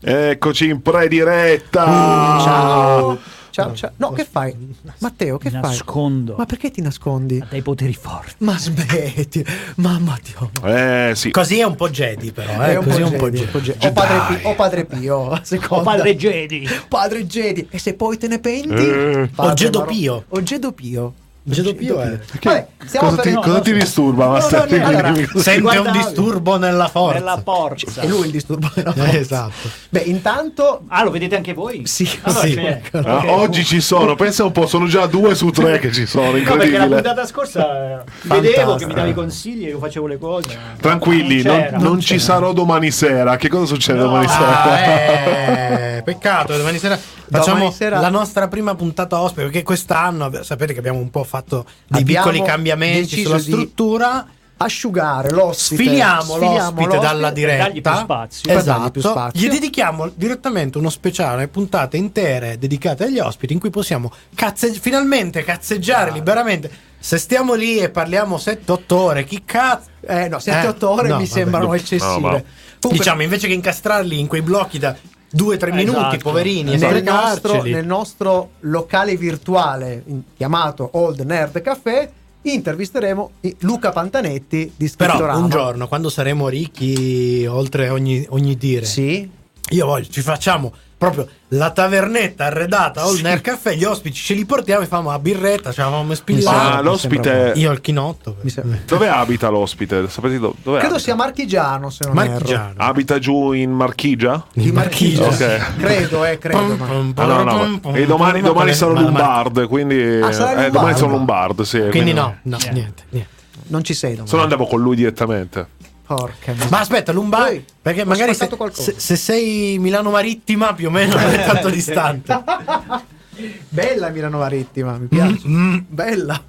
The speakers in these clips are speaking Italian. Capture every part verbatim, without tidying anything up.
Eccoci in pre-diretta. Uh, ciao. Ciao, ciao. No, che fai? Matteo, che mi fai? nascondo. Ma perché ti nascondi? Ha dei poteri forti. Ma smetti. Mamma Dio. Eh sì. Così è un po' Jedi, però. Eh? È un Così po' è un po' Jedi, Jedi. un po' Jedi. O padre Pio, o padre Pio, a seconda. O padre Jedi. Padre Jedi. E se poi te ne penti? Eh. O Gedo Pio. O Gedo Pio. Gedo Pio è. Vabbè, stiamo Cosa per... ti, no, cosa no, ti no. disturba? No, Master? no, no, allora, Sente Guarda- un disturbo nella forza. Nella forza. È lui il disturbo della forza. Eh, esatto. Beh, intanto... Ah, lo vedete anche voi? Sì, Allora, sì. c'è- Ah, ok. oggi ci sono, pensa un po', sono già due su tre che ci sono, No, perché la incredibile. puntata scorsa eh, vedevo che mi davi consigli e io facevo le cose. Tranquilli, Non non, c'era. non ci sarò domani sera. Che cosa succede No. domani sera? Ah, eh, peccato, domani sera facciamo Domani sera- la nostra prima puntata ospite, perché quest'anno sapete che abbiamo un po' fatto dei Abbiamo piccoli cambiamenti deciso sulla di- struttura. asciugare l'ospite. Sfiliamo, Sfiliamo l'ospite dalla per dargli diretta. più spazio. Per dargli Esatto. più spazio. Gli dedichiamo direttamente uno speciale, puntate intere dedicate agli ospiti in cui possiamo cazze- finalmente cazzeggiare liberamente. Se stiamo lì e parliamo sette otto ore, chi cazzo? Eh no, sette otto Eh, ore no, mi vabbè. sembrano No, eccessive. no, ma- Comunque, Diciamo, invece che incastrarli in quei blocchi da due tre Esatto. minuti, poverini, e nel nostro, sprecarceli. nel nostro locale virtuale in- chiamato Old Nerd Café intervisteremo i- Luca Pantanetti di Però Scrittorama. un giorno, quando saremo ricchi oltre ogni, ogni dire, Sì. io voglio, ci facciamo proprio la tavernetta arredata Old Nerd Caffè, gli ospiti ce li portiamo e facciamo la birretta, ce la facciamo Ma spillare. l'ospite, Io al chinotto. Mi sembra- dove abita l'ospite? Sapete do- dove Credo abita? sia marchigiano, se non erro. Marchigiano. Abita giù in Marchigia? Di Marchigia. Ok. Credo, eh, credo. ma- Ah, no, no, ma- e domani, domani sono Lombard, quindi Ah, sarà eh, Lombard? domani sono Lombard, sì, Quindi no, no, Niente. niente, niente. Non ci sei domani. Se no andavo con lui direttamente. Porca miseria. Ma aspetta, Lumbar, Poi, perché ho magari se, spaccato qualcosa. se- se sei Milano Marittima più o meno non è tanto distante. Bella Milano Marittima, mi piace. Mm. Bella.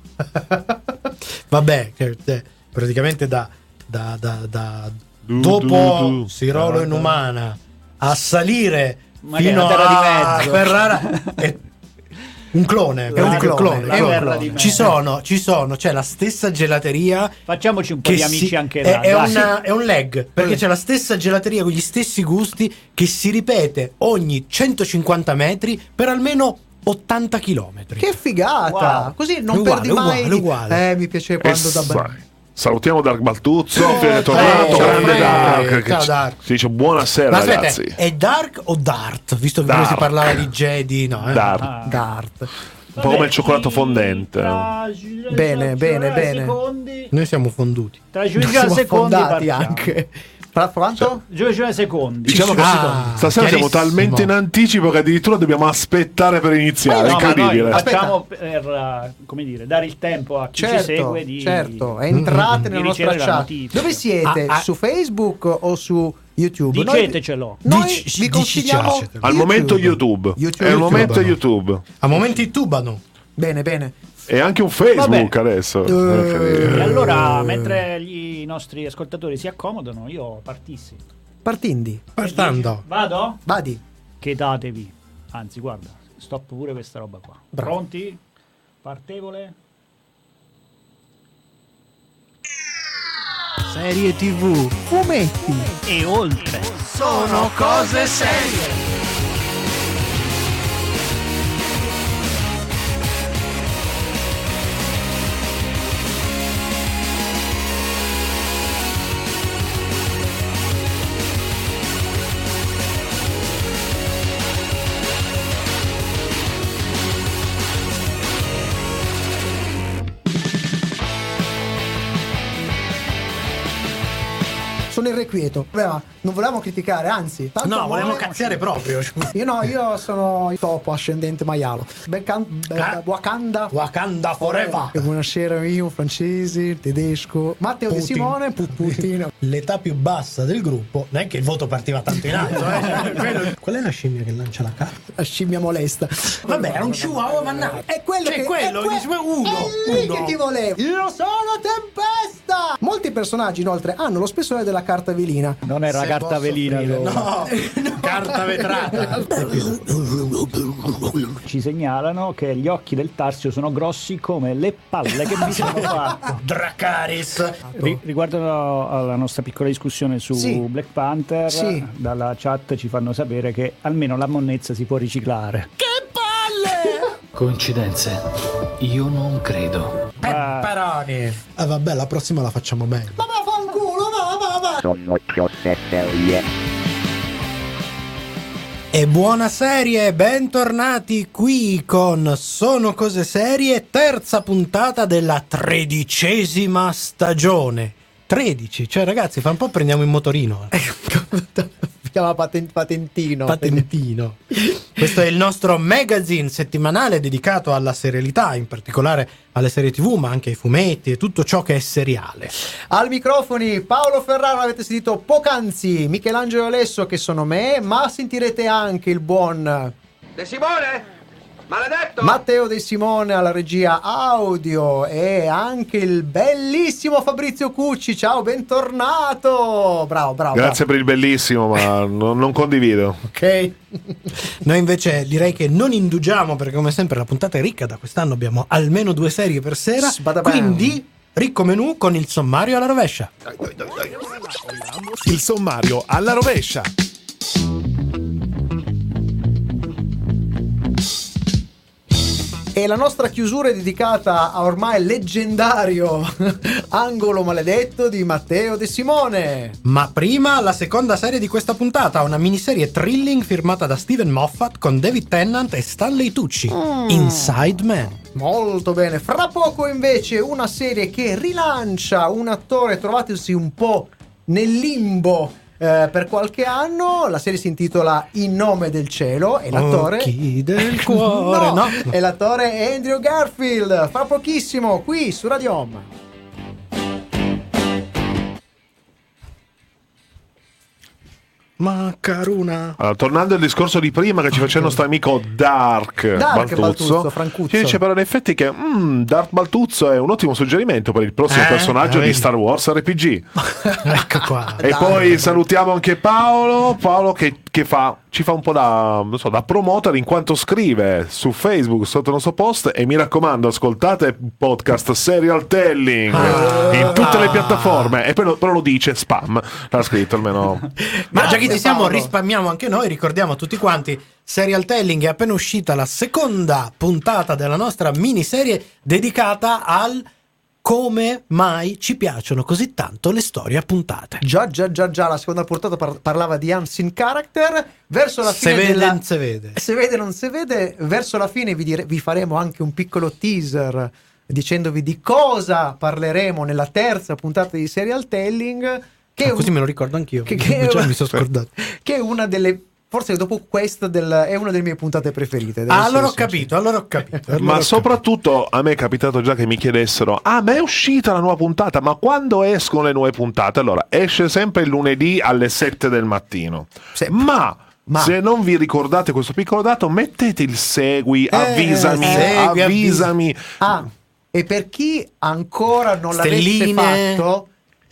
Vabbè, che, eh, praticamente da, da, da, da- Du, dopo du, du. Sirolo Inumana a salire Ma che è fino una terra di a mezzo. Ferrara è un clone, È un praticamente clone, la è un terra clone. di mezzo. Ci sono, ci sono, c'è la stessa gelateria Facciamoci un po' che di amici si- anche è, là. è, dai. una- è un lag, perché c'è la stessa gelateria con gli stessi gusti che si ripete ogni centocinquanta metri per almeno ottanta chilometri. Che figata. Wow. Così non Uguale, perdi mai. uguale, uguale. Eh, mi piace E quando da sai, bene. salutiamo Dark Baltuzzo, Oh, che è tornato, ciao, grande eh, Dark. che ciao, ci- Dark. Si dice buonasera Ma aspetta, ragazzi. è Dark o Dart? Visto che Dark. prima si parlava di Jedi, no? Eh? Dark. Ah. Dart. Un po' come il cioccolato fondente. Tra- Bene, bene, tra bene. secondi- Noi siamo fonduti. Tra giù e giù Siamo secondi affondati partiamo. anche. Fra quanto? Giù e giù secondi. Diciamo che Ah, stasera siamo chiarissimo. talmente in anticipo che addirittura dobbiamo aspettare per iniziare. No, ma Incredibile. noi Aspetta. facciamo per eh, come dire, dare il tempo a chi ci Certo, segue di certo, entrate di nella nostra ricevere la chat. notifica. Dove siete? Ah, ah. Su Facebook o su YouTube? Noi- Dicetecelo. Noi Dici- vi consigliamo dicicelo. Al momento YouTube. YouTube. È il momento no. YouTube. A momenti tubano. Bene, bene. E anche un Facebook Vabbè. adesso. Eh. E allora, mentre gli nostri ascoltatori si accomodano, io partissi. Partindi. Partando. Vado? Vadi. Chetatevi. Anzi, guarda, stop pure questa roba qua. Bravo. Pronti? Partevole? Serie tivù. Fumetti. E oltre. Sono cose serie. Sono irrequieto. Beh, ma non volevamo criticare, anzi. tanto No, amore- volevamo cazziare proprio. Io no, io sono il topo ascendente maialo. Becan- be- Ah. Wakanda. Wakanda forever. E buonasera, io francese, tedesco, Matteo De Putin. Simone, Pu- Putin. L'età più bassa del gruppo, non è che il voto partiva tanto in alto, eh? Cioè, quello- Qual è la scimmia che lancia la carta? La scimmia molesta. Vabbè, era un chihuahua mannato. È quello Cioè, che quello, è que- diceva uno, è lì uno. che ti volevo. Io sono Tempesta. verità. Molti personaggi inoltre hanno lo spessore della carta velina. Non era Se carta posso velina, offrire- allora. no, carta vetrata. Ci segnalano che gli occhi del Tarsio sono grossi come le palle che mi sono fatto. Dracarys. Ri- riguardo alla nostra piccola discussione su Sì. Black Panther, Sì. dalla chat ci fanno sapere che almeno la monnezza si può riciclare. Coincidenze? Io non credo. Pepperoni. Ah, vabbè, la prossima la facciamo meglio. Ma vaffanculo, va, va, va. Sono cose serie. E buona serie, bentornati qui con Sono Cose Serie, terza puntata della tredicesima stagione. tredici, cioè ragazzi, fra un po' prendiamo il motorino. Si chiama paten- patentino. Patentino. Questo è il nostro magazine settimanale dedicato alla serialità, in particolare alle serie tivù, ma anche ai fumetti e tutto ciò che è seriale. Al microfoni Paolo Ferraro, avete sentito poc'anzi, Michelangelo Alesso che sono me, ma sentirete anche il buon De Simone? Maledetto! Matteo De Simone alla regia audio e anche il bellissimo Fabrizio Cucci. Ciao, bentornato! Bravo, bravo. Grazie per il bellissimo, ma non, non condivido. bravo. Ok. Noi invece direi che non indugiamo, perché come sempre la puntata è ricca, da quest'anno abbiamo almeno due serie per sera, Sbadabam. quindi ricco menù con il sommario alla rovescia. Il sommario alla rovescia. E la nostra chiusura è dedicata a ormai leggendario angolo maledetto di Matteo De Simone. Ma prima la seconda serie di questa puntata, una miniserie thrilling firmata da Steven Moffat con David Tennant e Stanley Tucci, Inside Man. Molto bene. Fra poco invece una serie che rilancia un attore trovatosi un po' nel limbo eh, per qualche anno. La serie si intitola In nome del cielo e l'attore Occhi del cuore, no? E l'attore è Andrew Garfield. Fra pochissimo qui su Radio Home. Macaruna. Allora, tornando al discorso di prima che ci faceva il nostro amico Dark, Dark Baltuzzo, Baltuzzo, Francuzzo. ci dice però in effetti che mm, Dark Baltuzzo è un ottimo suggerimento per il prossimo Eh, personaggio vedi. di Star Wars R P G. Ecco qua. E Dai. poi salutiamo anche Paolo, Paolo che, che fa, ci fa un po' da, non so, da promoter in quanto scrive su Facebook sotto il nostro post. E mi raccomando, ascoltate il podcast Serial Telling Ah. in tutte le piattaforme. E poi lo, però lo dice spam, l'ha scritto almeno. Ma già che Grazie, ci siamo, Paolo. risparmiamo anche noi, ricordiamo a tutti quanti, Serial Telling è appena uscita la seconda puntata della nostra miniserie dedicata al come mai ci piacciono così tanto le storie a puntate. Già, già, già, già, la seconda portata par- parlava di unseen character. Verso la Se fine vede, della... non se vede. Se vede, non si vede. Verso la fine vi, dire- vi faremo anche un piccolo teaser dicendovi di cosa parleremo nella terza puntata di Serial Telling. Che Ah, è un- così me lo ricordo anch'io. che- che è Già una- mi sono scordato. che è una delle, forse dopo questa del, è una delle mie puntate preferite. devo Ah, allora ho essere capito, allora ho capito. allora Ma ho soprattutto a me è capitato già che mi chiedessero: ah, ma è uscita la nuova puntata? Ma quando escono le nuove puntate? Allora, esce sempre il lunedì alle sette del mattino. Sempre. Ma, Ma- se non vi ricordate questo piccolo dato, mettete il segui, avvisami, segui, avvisami. Ah, e per chi ancora non l'avesse Stelline. fatto,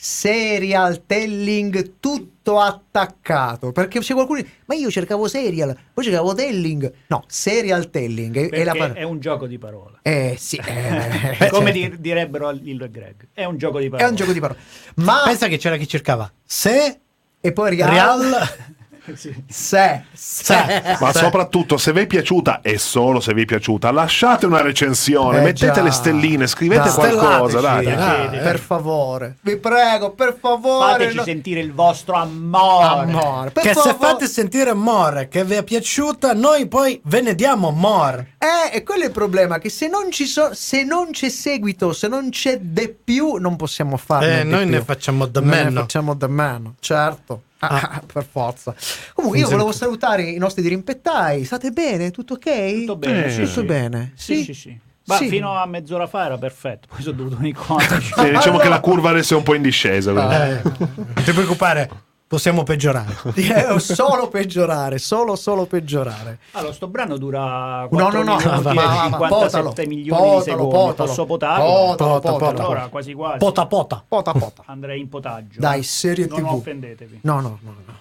Serial Telling tutto attaccato, perché c'è qualcuno che dice, ma io cercavo Serial, poi cercavo Telling. No, Serial Telling è, è la Perché par- è un gioco di parole. eh sì, eh, Come certo. di- direbbero Lillo e Greg. È un gioco di parole. È un gioco di parole. Ma Pensa che c'era chi cercava se e poi Real, Real Sì. se, se. Ma soprattutto, se vi è piaciuta, e solo se vi è piaciuta, lasciate una recensione, Eh, mettete già. le stelline, scrivete Dai. qualcosa, dai. Stellateci, Dai, eh. per favore, vi prego, per favore. Fateci no- sentire il vostro amore. Amore, per che se favore. fate sentire amore che vi è piaciuta, noi poi ve ne diamo amore. Eh, e quello è il problema, che se non ci so, se non c'è seguito, se non c'è de più, non possiamo farne Eh, di noi più. ne facciamo da Noi meno. ne facciamo da meno, certo. Ah, Ah. per forza. Comunque io Senza volevo il- salutare i nostri dirimpettai. State bene? Tutto ok? Tutto bene, Eh, sì, tutto sì. bene. Sì, sì, sì. Ma Sì. fino a mezz'ora fa era perfetto, poi sono dovuto venire qua. Sì, diciamo che la curva adesso è un po' in discesa. quindi. Eh, non ti preoccupare, possiamo peggiorare. Eh, solo peggiorare, solo solo peggiorare. Allora, sto brano dura No, quattro no, no, minuti ma- e ma- ma- cinquantasette potalo, milioni potalo, di secondi. potalo. Posso potarlo? Potalo, Pota, potalo. pota. Allora, quasi quasi. Pota pota. Pota pota. Andrei in potaggio. Dai, serie non tivù. offendetevi. No, no, no, no.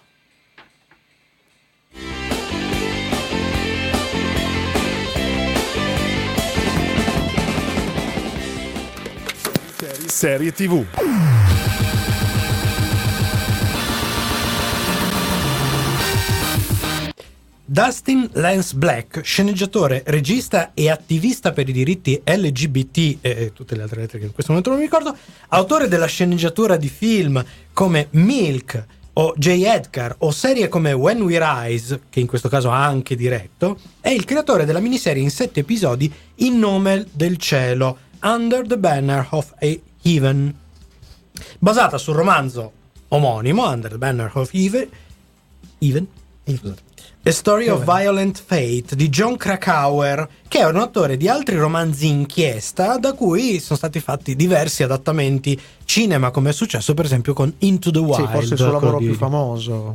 Serie tivù. Dustin Lance Black, sceneggiatore, regista e attivista per i diritti L G B T e tutte le altre lettere che in questo momento non mi ricordo, autore della sceneggiatura di film come Milk o J. Edgar o serie come When We Rise, che in questo caso ha anche diretto, è il creatore della miniserie in sette episodi In nome del cielo, Under the Banner of a Heaven, basata sul romanzo omonimo Under the Banner of Heaven, Even? Scusate. A Story of Violent Fate di John Krakauer, che è un autore di altri romanzi inchiesta da cui sono stati fatti diversi adattamenti cinema, come è successo per esempio con Into the Wild. Sì, forse il suo lavoro di- più famoso.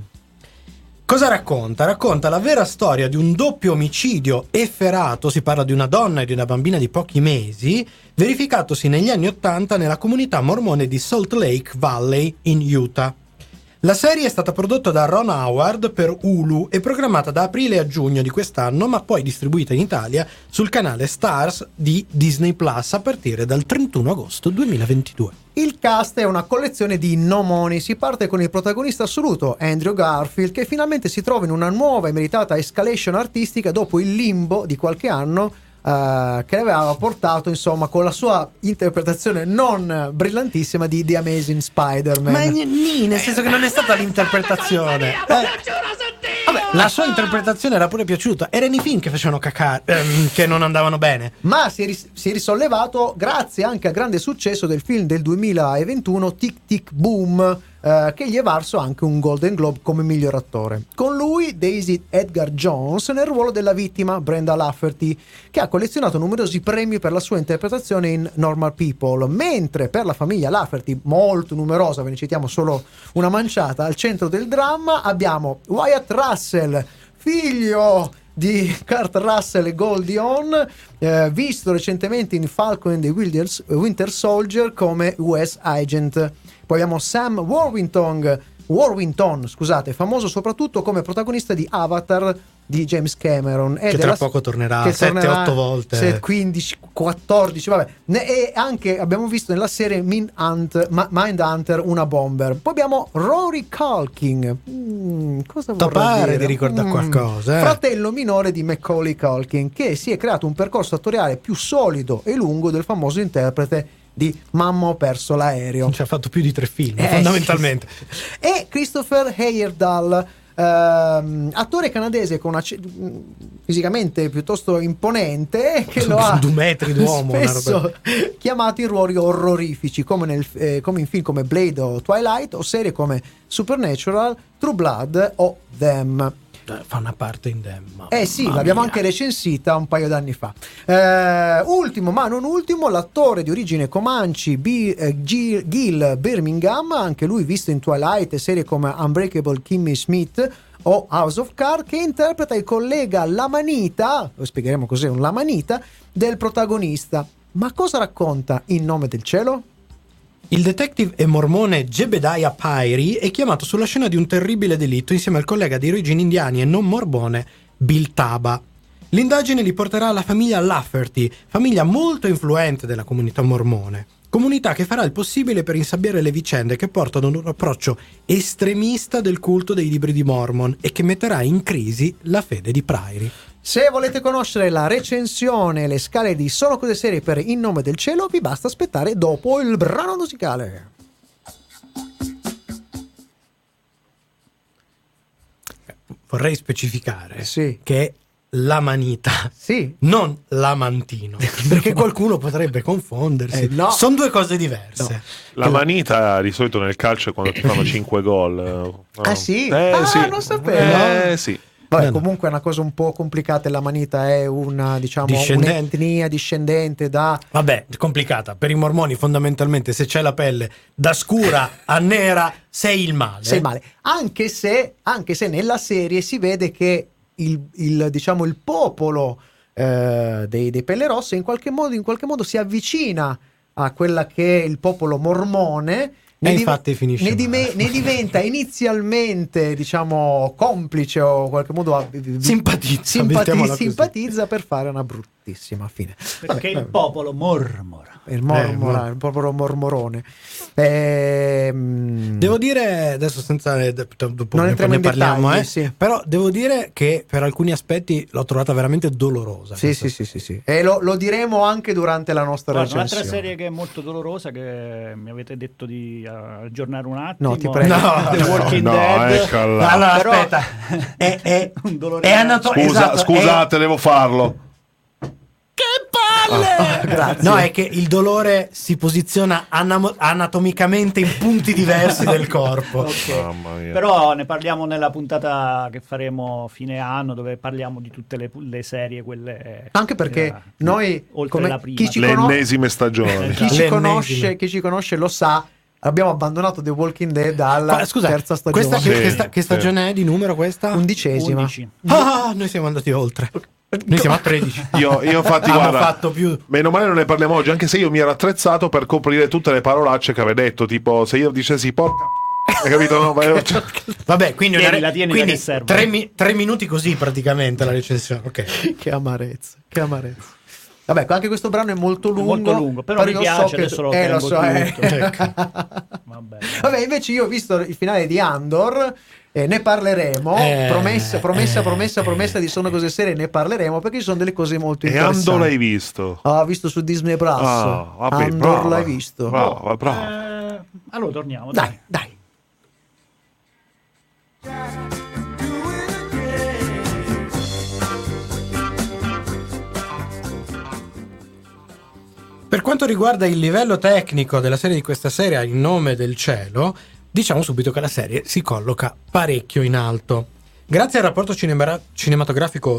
Cosa racconta? Racconta la vera storia di un doppio omicidio efferato, si parla di una donna e di una bambina di pochi mesi, verificatosi negli anni Ottanta nella comunità mormone di Salt Lake Valley in Utah. La serie è stata prodotta da Ron Howard per Hulu e programmata da aprile a giugno di quest'anno, ma poi distribuita in Italia sul canale Stars di Disney Plus a partire dal trentuno agosto duemilaventidue. Il cast è una collezione di nomoni. Si parte con il protagonista assoluto, Andrew Garfield, che finalmente si trova in una nuova e meritata escalation artistica dopo il limbo di qualche anno Uh, che aveva portato, insomma, con la sua interpretazione non brillantissima di The Amazing Spider-Man. Ma nì, nel senso che non è stata l'interpretazione. Eh, vabbè, la sua interpretazione era pure piaciuta. Erano i film che facevano cacare, ehm, che non andavano bene. Ma si è, ris- si è risollevato grazie anche al grande successo del film del duemilaventuno Tic Tic Boom, eh, che gli è valso anche un Golden Globe come miglior attore. Con lui Daisy Edgar Jones nel ruolo della vittima, Brenda Lafferty, che ha collezionato numerosi premi per la sua interpretazione in Normal People, mentre per la famiglia Lafferty, molto numerosa, ve ne citiamo solo una manciata, al centro del dramma abbiamo Wyatt Russell, figlio di Kurt Russell e Goldie Hawn, eh, visto recentemente in Falcon and the Winter, Winter Soldier come U S Agent. Poi abbiamo Sam Worthington, Worthington, scusate, famoso soprattutto come protagonista di Avatar di James Cameron, Che tra poco tornerà che sette tornerà otto volte. se quindici quattordici, vabbè. Ne- e anche abbiamo visto nella serie Min Hunt, Ma- Mindhunter una bomber. Poi abbiamo Rory Culkin. Mm, cosa Ti vorrà pare dire? di ricordare Mm, qualcosa, eh? Fratello minore di Macaulay Culkin, che si è creato un percorso attoriale più solido e lungo del famoso interprete di Mamma ho perso l'aereo. Ci ha fatto più di tre film, Eh, fondamentalmente. E Christopher Heyerdahl, ehm, attore canadese con una c- fisicamente piuttosto imponente, che lo ha Due metri d'uomo, una spesso roba- chiamato in ruoli orrorifici, come, nel, eh, come in film come Blade o Twilight, o serie come Supernatural, True Blood o Them. Eh, Fa una parte in Dem. Eh sì, mamma l'abbiamo mia. anche recensita un paio d'anni fa. Eh, ultimo ma non ultimo, l'attore di origine Comanche B- eh, Gil, Gil Birmingham, anche lui visto in Twilight e serie come Unbreakable Kimmy Smith o House of Cards, che interpreta il collega Lamanita, lo spiegheremo cos'è un Lamanita, del protagonista. Ma cosa racconta In nome del cielo? Il detective e mormone Jebediah Pyrie è chiamato sulla scena di un terribile delitto insieme al collega di origini indiane e non mormone Bill Taba. L'indagine li porterà alla famiglia Lafferty, famiglia molto influente della comunità mormone, comunità che farà il possibile per insabbiare le vicende che portano ad un approccio estremista del culto dei libri di Mormon e che metterà in crisi la fede di Prairie. Se volete conoscere la recensione e le scale di Sono Cose Serie per In nome del cielo, vi basta aspettare dopo il brano musicale. Vorrei specificare Sì. che è la manita, Sì. non l'amantino, perché qualcuno potrebbe confondersi. Eh, no. Sono due cose diverse. La manita di solito nel calcio è quando ti fanno cinque gol. No. Ah, sì? Eh, Ah, sì. non sapevo. Eh sì. Vabbè, No, no. comunque è una cosa un po' complicata. La manita è una, diciamo, Discendente. un'etnia discendente da. Vabbè, complicata. Per i mormoni fondamentalmente se c'è la pelle da scura a nera sei il male. Sei male. Anche se, anche se nella serie si vede che il, il, diciamo, il popolo eh, dei, dei pelle rosse in qualche modo, in qualche modo si avvicina a quella che è il popolo mormone. E div- infatti finisce ne, male. dime- ne diventa inizialmente, diciamo, complice o in qualche modo a- Simpatizza, simpati- mettiamola così. simpatizza per fare una bruttissima fine. Perché Vabbè, il popolo mormora. il mormora, Eh, il popolo mormorone. Ehm, Devo dire, adesso senza eh, d- dopo Non ne, entriamo ne in parliamo, dettagli, eh, sì. però devo dire che per alcuni aspetti l'ho trovata veramente dolorosa. Sì, questa sì, sì, sì, sì. E lo, lo diremo anche durante la nostra Guarda, un'altra recensione. serie che è molto dolorosa, che mi avete detto di eh, aggiornare un attimo. No, ti prego. è The Walking No, Dead. eccola. Allora, Però- aspetta, è, è, Un dolore è anato- Scusa, esatto, scusate, devo farlo. Grazie. No, è che il dolore si posiziona anamo- anatomicamente in punti diversi del corpo. Ok. Mamma mia. Però ne parliamo nella puntata che faremo fine anno, dove parliamo di tutte le, le serie, quelle Anche perché eh, noi, oltre come la prima. chi ci, Le cono- ennesime stagioni. chi ci L'ennesima. conosce, chi ci conosce lo sa, abbiamo abbandonato The Walking Dead alla Ma, scusa, terza stagione. questa, che, Sì, che sta- che sì. stagione è di numero questa? Undicesima. undici. Ah, noi siamo andati oltre. Noi siamo a tredici. Io, io infatti, Abbiamo guarda, fatto più. meno male non ne parliamo oggi, anche se io mi ero attrezzato per coprire tutte le parolacce che avevi detto, tipo se io dicessi porca, hai capito? No, ma- Vabbè, quindi, una re- Tienila, tienila quindi che serve. tre, mi- tre minuti così praticamente la recensione. Ok. Che amarezza, che amarezza. Vabbè, anche questo brano è molto lungo. molto lungo, però mi io piace, che- adesso lo eh, lo tengo so, eh. tutto. Ecco. Vabbè. Vabbè, invece io ho visto il finale di Andor, eh, ne parleremo. Eh, promessa, promessa, eh, promessa, eh. promessa di Sono Cose Serie, ne parleremo perché ci sono delle cose molto E interessanti. Ando l'hai visto? Ah, ho visto su Disney Plus. Ah, vabbè, Andor brava. l'hai visto? Brava, brava. Eh, allora torniamo. Dai, dai. Per quanto riguarda il livello tecnico della serie di questa serie, In nome del cielo, diciamo subito che la serie si colloca parecchio in alto. Grazie al rapporto cinema- cinematografico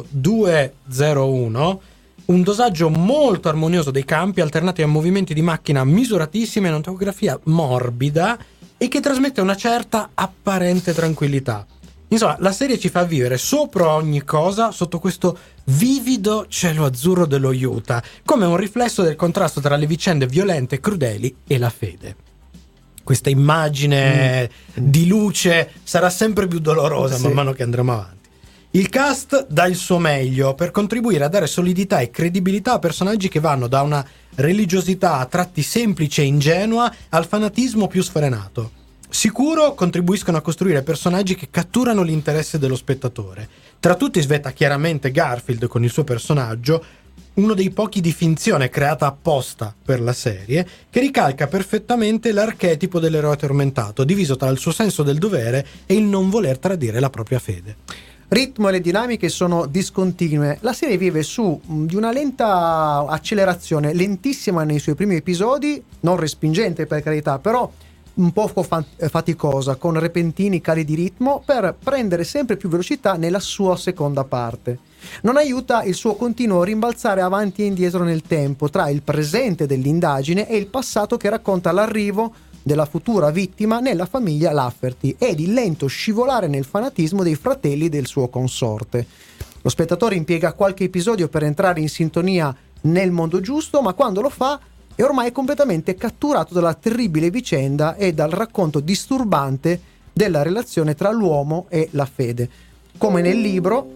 duecentouno, un dosaggio molto armonioso dei campi alternati a movimenti di macchina misuratissimi e una fotografia morbida e che trasmette una certa apparente tranquillità. Insomma, la serie ci fa vivere sopra ogni cosa sotto questo vivido cielo azzurro dello Utah, come un riflesso del contrasto tra le vicende violente e crudeli e la fede. Questa immagine di luce sarà sempre più dolorosa Sì. man mano che andremo avanti. Il cast dà il suo meglio per contribuire a dare solidità e credibilità a personaggi che vanno da una religiosità a tratti semplice e ingenua al fanatismo più sfrenato. Sicuro contribuiscono a costruire personaggi che catturano l'interesse dello spettatore. Tra tutti svetta chiaramente Garfield con il suo personaggio, uno dei pochi di finzione creata apposta per la serie, che ricalca perfettamente l'archetipo dell'eroe tormentato, diviso tra il suo senso del dovere e il non voler tradire la propria fede. Ritmo e le dinamiche sono discontinue. La serie vive su mh, di una lenta accelerazione, lentissima nei suoi primi episodi, non respingente per carità, però un po' fa- faticosa, con repentini cali di ritmo per prendere sempre più velocità nella sua seconda parte. Non aiuta il suo continuo rimbalzare avanti e indietro nel tempo tra il presente dell'indagine e il passato che racconta l'arrivo della futura vittima nella famiglia Lafferty ed il lento scivolare nel fanatismo dei fratelli del suo consorte. Lo spettatore impiega qualche episodio per entrare in sintonia nel mondo giusto, ma quando lo fa è ormai completamente catturato dalla terribile vicenda e dal racconto disturbante della relazione tra l'uomo e la fede. Come nel libro,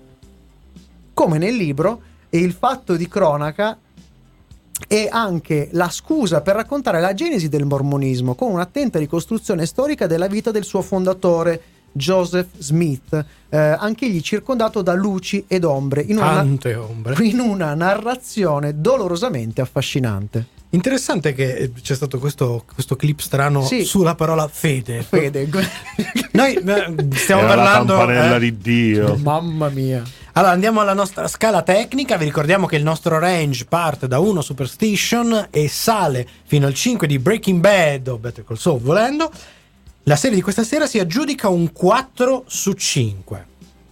come nel libro, e il fatto di cronaca è anche la scusa per raccontare la genesi del mormonismo con un'attenta ricostruzione storica della vita del suo fondatore, Joseph Smith, eh, anch'egli circondato da luci ed ombre, in una, Tante ombre. in una narrazione dolorosamente affascinante. Interessante che eh, c'è stato questo, questo clip strano Sì. sulla parola fede. Fede, Noi eh, stiamo Era la parlando. campanella eh, di Dio. mamma mia. Allora andiamo alla nostra scala tecnica. Vi ricordiamo che il nostro range parte da uno Superstition e sale fino al cinque di Breaking Bad o Better Call Saul volendo. La serie di questa sera si aggiudica un quattro su cinque.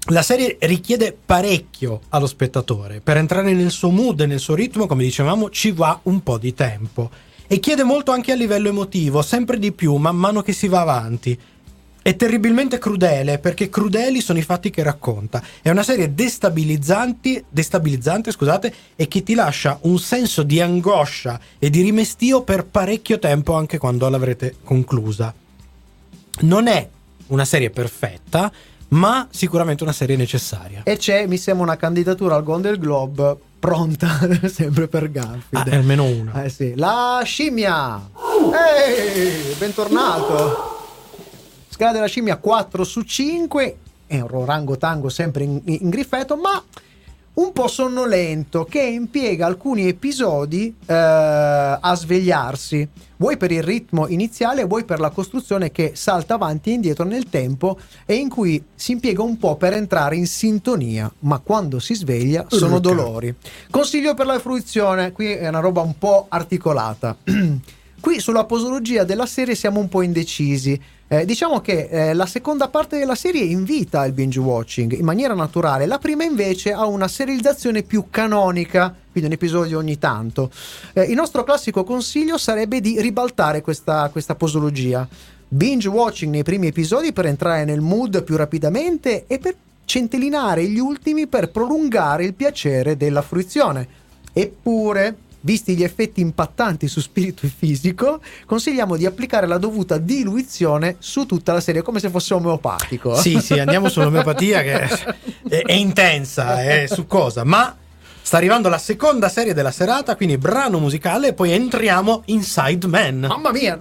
la serie richiede parecchio allo spettatore. Per entrare nel suo mood e nel suo ritmo, come dicevamo, ci va un po' di tempo. E chiede molto anche a livello emotivo, sempre di più, man mano che si va avanti. È terribilmente crudele, perché crudeli sono i fatti che racconta. È una serie destabilizzanti, destabilizzante, scusate, e che ti lascia un senso di angoscia e di rimestio per parecchio tempo, anche quando l'avrete conclusa. Non è una serie perfetta, ma sicuramente una serie necessaria. E c'è, mi sembra, una candidatura al Golden Globe pronta sempre per Garfield. Ah, almeno una. Eh sì. La scimmia. Ehi, bentornato. Scala della scimmia quattro su cinque. È un orangotango sempre in, in griffetto, ma un po' sonnolento, che impiega alcuni episodi eh, a svegliarsi, vuoi per il ritmo iniziale, vuoi per la costruzione che salta avanti e indietro nel tempo e in cui si impiega un po' per entrare in sintonia, ma quando si sveglia sono dolori. Consiglio per la fruizione, qui è una roba un po' articolata. Qui sulla posologia della serie siamo un po' indecisi. Eh, diciamo che eh, la seconda parte della serie invita al binge watching in maniera naturale, la prima invece ha una serializzazione più canonica, quindi un episodio ogni tanto. Eh, il nostro classico consiglio sarebbe di ribaltare questa, questa posologia. Binge watching nei primi episodi per entrare nel mood più rapidamente e per centellinare gli ultimi per prolungare il piacere della fruizione. Eppure, visti gli effetti impattanti su spirito e fisico, consigliamo di applicare la dovuta diluizione su tutta la serie, come se fosse omeopatico. Sì, sì, andiamo sull'omeopatia che è, è intensa, è succosa, ma sta arrivando la seconda serie della serata, quindi brano musicale, e poi entriamo in Sidemen. Mamma mia!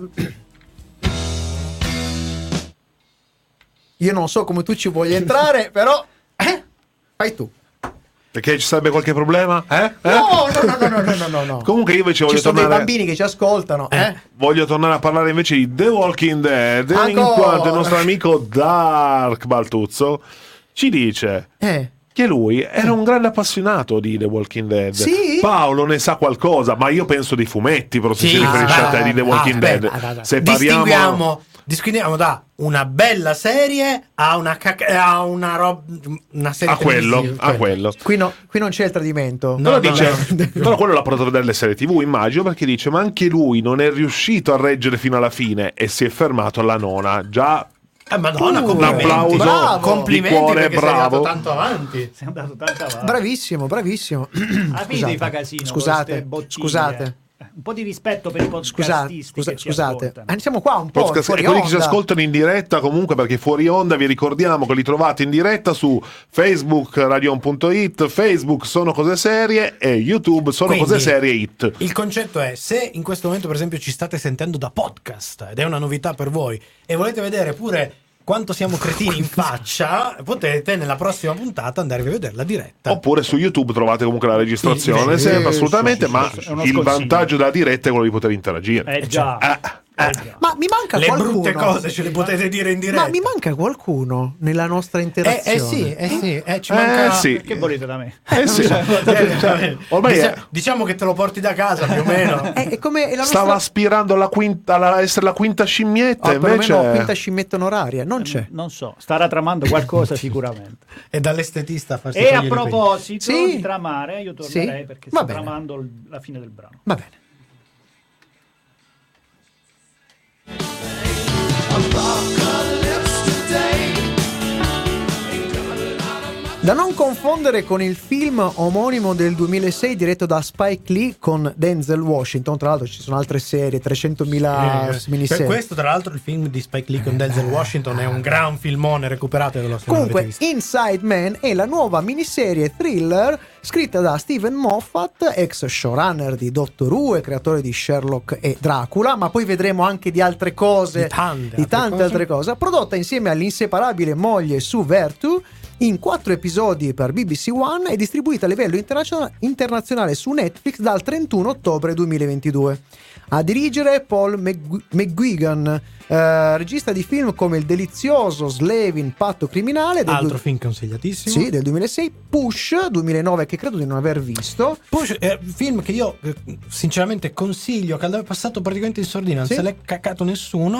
Io non so come tu ci vuoi entrare, però eh? Fai tu. Perché ci sarebbe qualche problema? Eh? Eh? No, no, no, no, no, no, no, no. Comunque io invece voglio ci sono tornare... dei bambini che ci ascoltano, eh? Voglio tornare a parlare invece di The Walking Dead, Ancora? in quanto il nostro amico Dark Baltuzzo ci dice Eh. che lui era un grande appassionato di The Walking Dead. Sì? Paolo ne sa qualcosa, ma io penso dei fumetti, però se Sì, si riferisce ah, a te di The Walking aspetta, Dead. aspetta. Se parliamo... Distinguiamo, distinguiamo da una bella serie a una cac- a una roba, una serie A quello, televisiva, a quello. Qui, no, qui non c'è il tradimento. No, Però, no, dice, no. però quello l'ha portato delle serie tivù, immagino, perché dice ma anche lui non è riuscito a reggere fino alla fine e si è fermato alla nona. Già Eh, Madonna, Uh, complimenti. un applauso bravo. Complimenti, di cuore, perché sei bravo. andato tanto avanti. Sei andato tanto avanti. Bravissimo, bravissimo. Alla fine devi fare casino. con Scusate, queste bottiglie. scusate. Eh, Un po' di rispetto per i Scusate, podcastisti scusa- che ci scusate. ascoltano. Eh, siamo qua un po' Podcast, fuori e quelli che ci onda. ascoltano in diretta comunque, perché fuori onda vi ricordiamo che li trovate in diretta su Facebook radion punto it, Facebook Sono Cose Serie e YouTube Sono Quindi, Cose Serie It. Il concetto è: se in questo momento per esempio ci state sentendo da podcast ed è una novità per voi e volete vedere pure quanto siamo cretini in faccia, potete nella prossima puntata andarvi a vedere la diretta. Oppure su YouTube trovate comunque la registrazione, Sì, sì, sempre sì, assolutamente, sì, ma sì, sì. È uno il sconsiglio. vantaggio della diretta è quello di poter interagire. Eh già. Eh, Eh già. Ma mi manca Le qualcuno. brutte cose ce le potete dire in diretta. Ma mi manca qualcuno nella nostra eh, interazione. eh sì, eh sì, eh, ci Eh, manca. sì. Che volete da me? Eh sì. Cioè, Ormai dicia- è- diciamo che te lo porti da casa più o meno. È, è come la stava nostra... aspirando alla quinta, alla essere la quinta scimmietta, Ah, invece perlomeno quinta scimmetta onoraria, non c'è. Non so, starà tramando qualcosa sicuramente. E dall'estetista a farsi E a togliere i peli. proposito Sì. di tramare, io tornerei Sì. perché Va sta bene. tramando l- la fine del brano. Va bene. Da non confondere con il film omonimo del duemilasei diretto da Spike Lee con Denzel Washington. Tra l'altro ci sono altre serie, trecentomila Eh, miniserie. per questo, tra l'altro, il film di Spike Lee con Denzel Washington è un gran filmone, recuperatelo se non Comunque, l'avete visto. Inside Man è la nuova miniserie thriller scritta da Steven Moffat, ex showrunner di Doctor Who e creatore di Sherlock e Dracula, ma poi vedremo anche di altre cose, Di tante di altre tante cose. altre cose, prodotta insieme all'inseparabile moglie Sue Vertu in quattro episodi per B B C One e distribuita a livello internazionale, internazionale su Netflix dal trentuno ottobre duemilaventidue. A dirigere Paul McGu- McGuigan, eh, regista di film come il delizioso Slavin Patto Criminale del, Altro du- film consigliatissimo. sì, del duemilasei, Push duemilanove che credo di non aver visto. Push è un film che io eh, sinceramente consiglio, che andava passato praticamente in sordina, non Sì. se l'è caccato nessuno. Sì.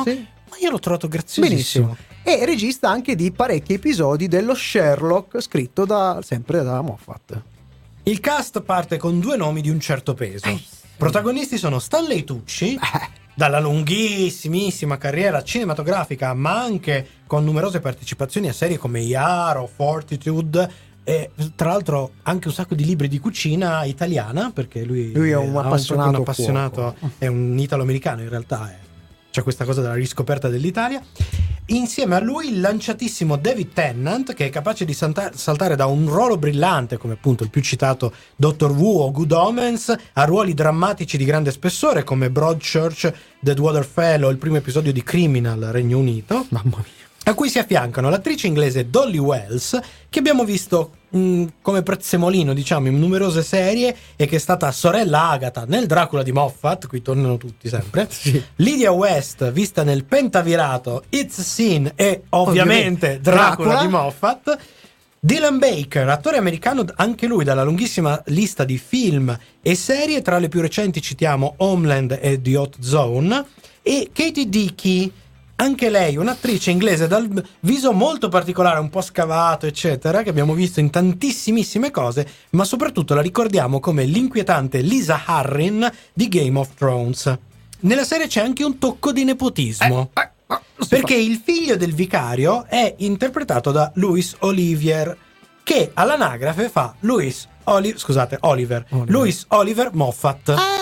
Ma io l'ho trovato graziosissimo. Benissimo. E regista anche di parecchi episodi dello Sherlock scritto da, sempre da Moffat. Il cast parte con due nomi di un certo peso. Eh. Protagonisti sono Stanley Tucci, dalla lunghissimissima carriera cinematografica, ma anche con numerose partecipazioni a serie come Yaro, Fortitude, e tra l'altro anche un sacco di libri di cucina italiana, perché lui, Lui è un ha appassionato un appassionato, cuoco. è un italo-americano in realtà, è, c'è questa cosa della riscoperta dell'Italia. Insieme a lui il lanciatissimo David Tennant, che è capace di santa- saltare da un ruolo brillante come appunto il più citato Doctor Who o Good Omens a ruoli drammatici di grande spessore come Broadchurch, Deadwater Fell o il primo episodio di Criminal, Regno Unito. Mamma mia. A cui si affiancano l'attrice inglese Dolly Wells, che abbiamo visto mh, come prezzemolino, diciamo, in numerose serie e che è stata sorella Agatha nel Dracula di Moffat, qui tornano tutti sempre. Sì. Lydia West, vista nel pentavirato It's a Sin e ovviamente, ovviamente Dracula, Dracula di Moffat. Dylan Baker, attore americano anche lui dalla lunghissima lista di film e serie, tra le più recenti citiamo Homeland e The Hot Zone, e Katie Dickey, anche lei un'attrice inglese dal viso molto particolare, un po' scavato eccetera, che abbiamo visto in tantissimissime cose, ma soprattutto la ricordiamo come l'inquietante Lisa Harrin di Game of Thrones. Nella serie c'è anche un tocco di nepotismo, eh, eh, eh, perché il figlio del vicario è interpretato da Louis Olivier, che all'anagrafe fa Louis Oli- scusate Oliver, Oliver. Louis Oliver Moffat. Ah!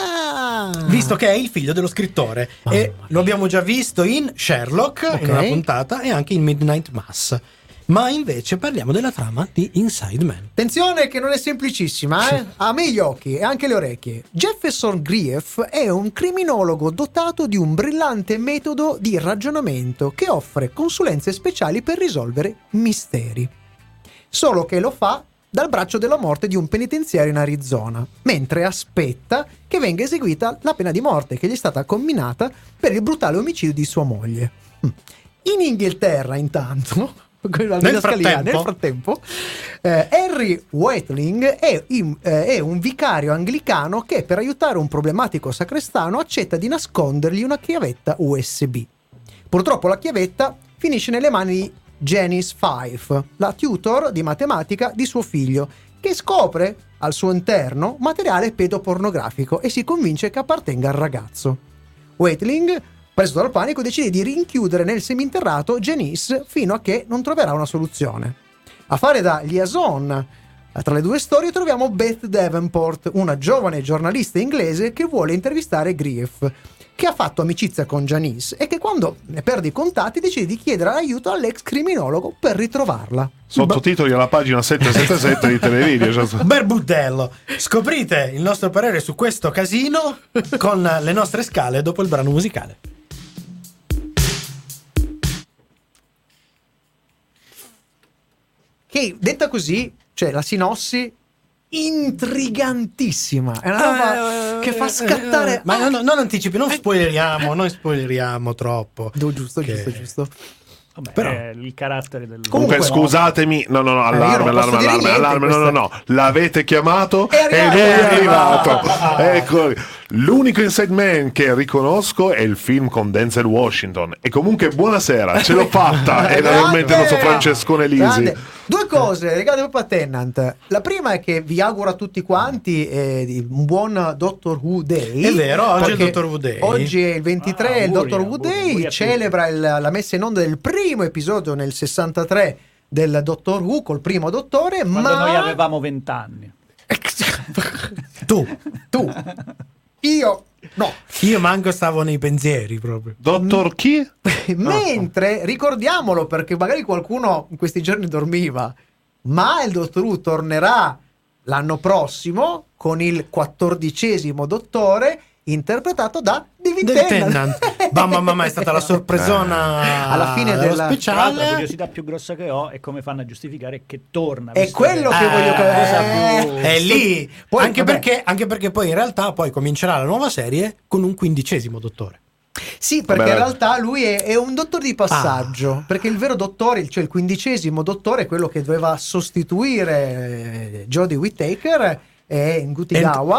Visto che è il figlio dello scrittore, oh, e lo abbiamo già visto in Sherlock, okay, in una puntata, e anche in Midnight Mass. Ma invece parliamo della trama di Inside Man. Attenzione che non è semplicissima, eh? A me gli occhi e anche le orecchie. Jefferson Grief è un criminologo dotato di un brillante metodo di ragionamento che offre consulenze speciali per risolvere misteri. Solo che lo fa dal braccio della morte di un penitenziario in Arizona, mentre aspetta che venga eseguita la pena di morte che gli è stata comminata per il brutale omicidio di sua moglie. In Inghilterra, intanto, nel frattempo, nel frattempo eh, Henry Waitling è, in, eh, è un vicario anglicano che, per aiutare un problematico sacrestano, accetta di nascondergli una chiavetta U S B. Purtroppo la chiavetta finisce nelle mani di Janice Fife, la tutor di matematica di suo figlio, che scopre al suo interno materiale pedopornografico e si convince che appartenga al ragazzo. Waitling, preso dal panico, decide di rinchiudere nel seminterrato Janice fino a che non troverà una soluzione. A fare da liaison tra le due storie troviamo Beth Davenport, una giovane giornalista inglese che vuole intervistare Grief, che ha fatto amicizia con Janice e che, quando ne perde i contatti, decide di chiedere aiuto all'ex criminologo per ritrovarla. Sottotitoli alla pagina settecentosettantasette di Televideo. Cioè... Berbudello. Scoprite il nostro parere su questo casino con le nostre scale dopo il brano musicale. Che, detta così, cioè la sinossi intrigantissima, è una roba uh, che fa scattare. Ma ah, no, non anticipi, non spoileriamo, non spoileriamo troppo. Giusto, che... giusto, giusto. Vabbè, però è il carattere del comunque, Comunque, scusatemi, no no no, allarme, eh, allarme, allarme, allarme, no no no, l'avete chiamato è e lui è arrivato. arrivato. Ecco, l'unico Inside Man che riconosco è il film con Denzel Washington. E comunque buonasera, ce l'ho fatta. E naturalmente il nostro Francescone Lisi. Grande. Due cose legate proprio a Tennant. La prima è che vi auguro a tutti quanti eh, un buon Doctor Who Day. È vero, oggi è il Doctor Who Day. Oggi è il ventitré, ah, il auguri, Doctor Who auguri, Day auguri celebra il, la messa in onda del primo episodio nel sessantatré del Doctor Who col primo dottore. Quando ma noi avevamo vent'anni. tu, tu, io, no. Io manco stavo nei pensieri proprio. Dottor chi? Mentre, ricordiamolo perché magari qualcuno in questi giorni dormiva, ma il Doctor Who tornerà l'anno prossimo con il quattordicesimo dottore interpretato da David Tennant. Mamma mamma, è stata la sorpresona alla fine dello della speciale. La curiosità più grossa che ho è come fanno a giustificare che torna. È quello che, che voglio capire. Eh, è lì. Poi, anche, vabbè. perché, anche perché poi in realtà poi comincerà la nuova serie con un quindicesimo dottore. Sì, perché Vabbè, in realtà lui è, è un dottore di passaggio, ah. perché il vero dottore, cioè il quindicesimo dottore, è quello che doveva sostituire Jodie Whittaker, è Ngutigawa.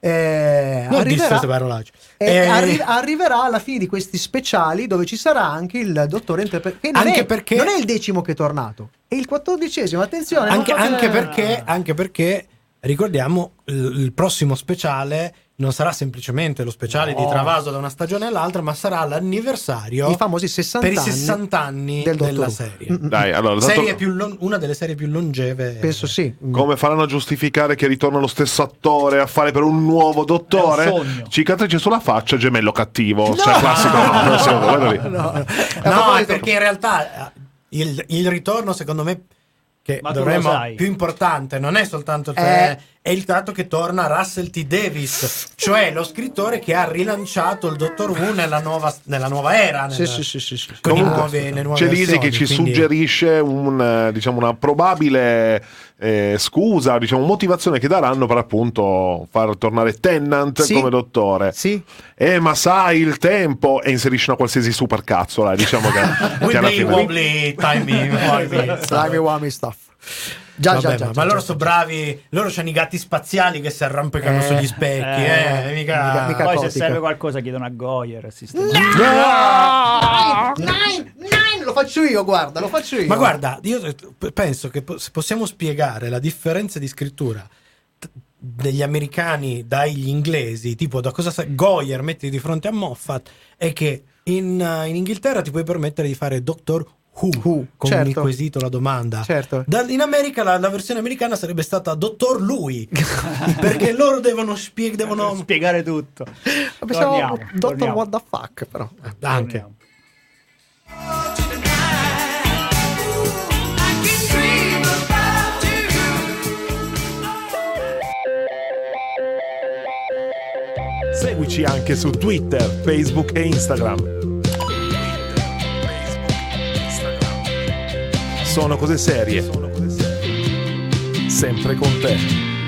Eh, Non arriverà, disse queste parolacce. eh, Eh, arri- arriverà alla fine di questi speciali dove ci sarà anche il dottore Interpe- che non, Anche è, perché- non è il decimo che è tornato, è il quattordicesimo. Attenzione, non anche, fate- anche perché, anche perché ricordiamo il, il prossimo speciale non sarà semplicemente lo speciale No. di travaso da una stagione all'altra, ma sarà l'anniversario i famosi sessanta per i anni sessanta anni del della Dottor Who. serie. Mm, mm. Dai, allora, tanto- Serie più lon- una delle serie più longeve. Penso sì. come faranno a giustificare che ritorna lo stesso attore a fare per un nuovo dottore? È un sogno. Cicatrice sulla faccia, gemello cattivo. Cioè, classico. No, sì, quello lì. No, no. A No, proposito- è perché in realtà eh, il, il ritorno, secondo me, che Ma tu dovremmo lo sai. più importante non è soltanto il, Eh. è il fatto che torna Russell T. Davis, cioè lo scrittore che ha rilanciato il Doctor Who nella nuova, nella nuova era. Sì, nella- sì, sì, sì, sì. con i Comunque, nuovi- le nuove c'è Lisi che versioni, ci quindi- suggerisce un, eh, diciamo, una probabile eh, scusa, diciamo, motivazione che daranno per appunto far tornare Tennant Sì. come dottore. Sì. Eh, ma sai il tempo, e inserisce una qualsiasi supercazzola, diciamo che, che alla Wibbly fine- wobbly timey Slimy whammy stuff. Già, Vabbè, già, ma, già, ma già, loro già, sono già. bravi, loro c'hanno i gatti spaziali che si arrampicano Eh, sugli specchi, eh, eh, mica, mica- mica- Poi se caotica. serve qualcosa chiedono a Goyer. sistema. Nine, nine, lo faccio io, guarda, lo faccio io. Ma guarda, io penso che po- se possiamo spiegare la differenza di scrittura t- degli americani dagli inglesi, tipo da cosa sa- Goyer metti di fronte a Moffat, è che in, uh, in Inghilterra ti puoi permettere di fare Doctor Who, Who, con certo. il quesito, la domanda. Certo. Da- in America la, la versione americana sarebbe stata Dottor Lui, perché loro devono spiegare, devono Spiegare tutto. Vabbè, siamo Torniamo, Doctor torniamo. What the fuck, però. anche. Torniamo. Seguici anche su Twitter, Facebook e Instagram. Sono cose serie. Sempre con te.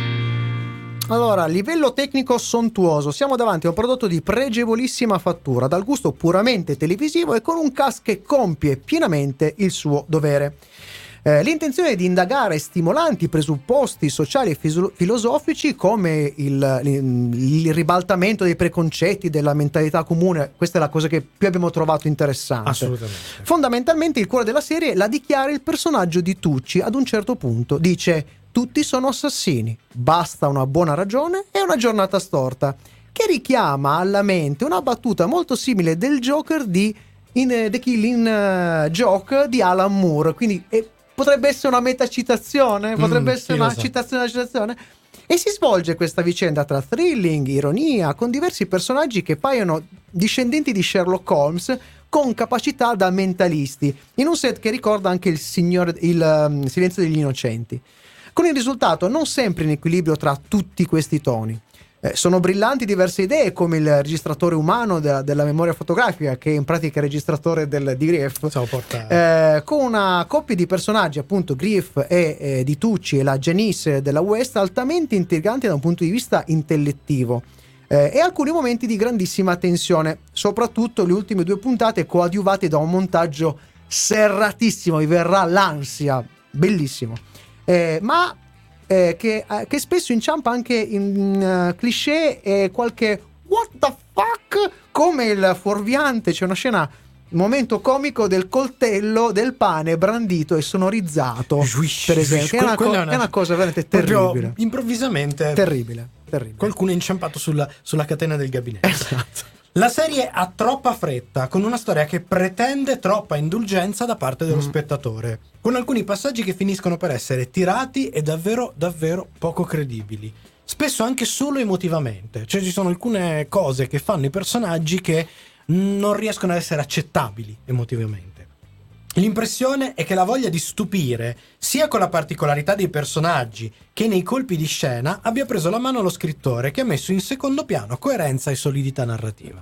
Allora, livello tecnico sontuoso. Siamo davanti a un prodotto di pregevolissima fattura, dal gusto puramente televisivo e con un cast che compie pienamente il suo dovere. Eh, l'intenzione è di indagare stimolanti presupposti sociali e fisiolo- filosofici come il, il- il ribaltamento dei preconcetti, della mentalità comune. Questa è la cosa che più abbiamo trovato interessante. Assolutamente. Fondamentalmente il cuore della serie la dichiara il personaggio di Tucci ad un certo punto. Dice: tutti sono assassini, basta una buona ragione e una giornata storta, che richiama alla mente una battuta molto simile del Joker di in, eh, The Killing eh, Joke di Alan Moore. Quindi eh, potrebbe essere una metacitazione, potrebbe Mm, essere chi lo una sa. citazione, una citazione. E si svolge questa vicenda tra thrilling, ironia, con diversi personaggi che paiono discendenti di Sherlock Holmes, con capacità da mentalisti, in un set che ricorda anche il, signore, il um, Silenzio degli Innocenti, con il risultato non sempre in equilibrio tra tutti questi toni. Eh, sono brillanti diverse idee, come il registratore umano della, della memoria fotografica, che in pratica è il registratore del, di Grief, So, porta- eh, con una coppia di personaggi, appunto Griff e eh, di Tucci e la Janice della West, altamente intriganti da un punto di vista intellettivo, eh, e alcuni momenti di grandissima tensione, soprattutto le ultime due puntate coadiuvate da un montaggio serratissimo. Vi verrà l'ansia, bellissimo, eh, ma eh, che, eh, che spesso inciampa anche in uh, cliché e qualche what the fuck, come il fuorviante. C'è una scena, un momento comico del coltello del pane brandito e sonorizzato, Swish, per esempio, swish. che è una, Quella co- è una- è una cosa veramente proprio terribile, improvvisamente terribile, terribile. qualcuno è inciampato sulla, sulla catena del gabinetto. Esatto. La serie ha troppa fretta, con una storia che pretende troppa indulgenza da parte dello Mm. spettatore, con alcuni passaggi che finiscono per essere tirati e davvero davvero poco credibili, spesso anche solo emotivamente. Cioè ci sono alcune cose che fanno i personaggi che non riescono ad essere accettabili emotivamente. L'impressione è che la voglia di stupire, sia con la particolarità dei personaggi che nei colpi di scena, abbia preso la mano allo scrittore, che ha messo in secondo piano coerenza e solidità narrativa.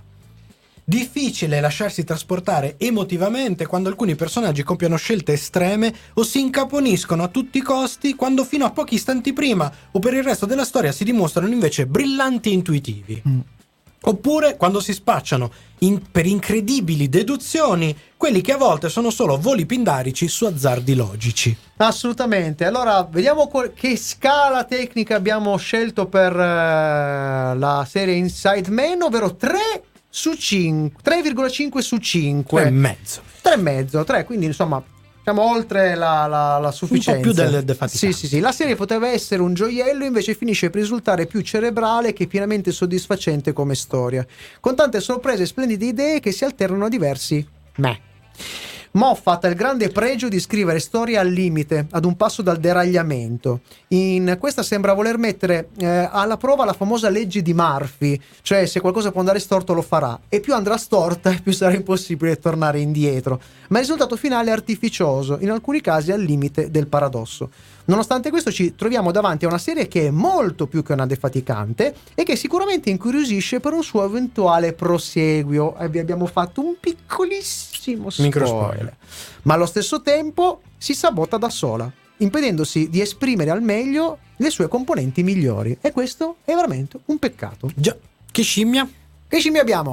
Difficile lasciarsi trasportare emotivamente quando alcuni personaggi compiono scelte estreme o si incaponiscono a tutti i costi, quando fino a pochi istanti prima o per il resto della storia si dimostrano invece brillanti e intuitivi. Mm. Oppure quando si spacciano in- per incredibili deduzioni quelli che a volte sono solo voli pindarici su azzardi logici. Assolutamente. Allora, vediamo qual- che scala tecnica abbiamo scelto per eh, la serie Inside Man, ovvero tre su cinque, tre virgola cinque su cinque. Tre e mezzo. tre e mezzo, tre, quindi insomma siamo oltre la, la, la sufficienza. più del defaticante. Sì, sì, sì. La serie poteva essere un gioiello, invece finisce per risultare più cerebrale che pienamente soddisfacente come storia, con tante sorprese e splendide idee che si alternano a diversi meh. Moffat ha il grande pregio di scrivere storie al limite, ad un passo dal deragliamento. In questa sembra voler mettere eh, alla prova la famosa legge di Murphy, cioè se qualcosa può andare storto lo farà, e più andrà storta più sarà impossibile tornare indietro. Ma il risultato finale è artificioso, in alcuni casi al limite del paradosso. Nonostante questo ci troviamo davanti a una serie che è molto più che una defaticante e che sicuramente incuriosisce per un suo eventuale proseguio. E vi abbiamo fatto un piccolissimo Micro spoiler, spoiler. ma allo stesso tempo si sabota da sola, impedendosi di esprimere al meglio le sue componenti migliori. E questo è veramente un peccato. Già, che scimmia? Che scimmie abbiamo?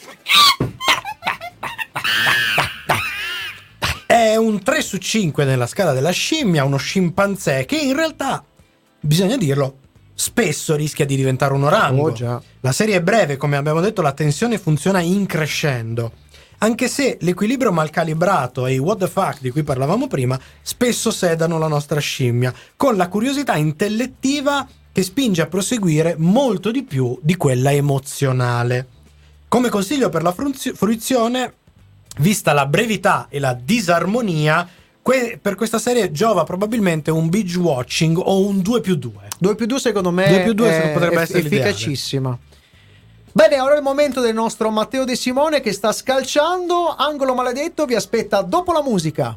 È un tre su cinque nella scala della scimmia, uno scimpanzé che in realtà, bisogna dirlo, spesso rischia di diventare un orango. Oh, già. La serie è breve, come abbiamo detto, la tensione funziona in crescendo. Anche se l'equilibrio mal calibrato e i what the fuck di cui parlavamo prima spesso sedano la nostra scimmia, con la curiosità intellettiva che spinge a proseguire molto di più di quella emozionale. Come consiglio per la fruzio- fruizione, vista la brevità e la disarmonia, que- per questa serie giova probabilmente un binge watching o un due più due. due più due secondo me due più due è, potrebbe è essere l'ideale. efficacissima. Bene, ora è il momento del nostro Matteo De Simone che sta scalciando. Angolo maledetto vi aspetta dopo la musica.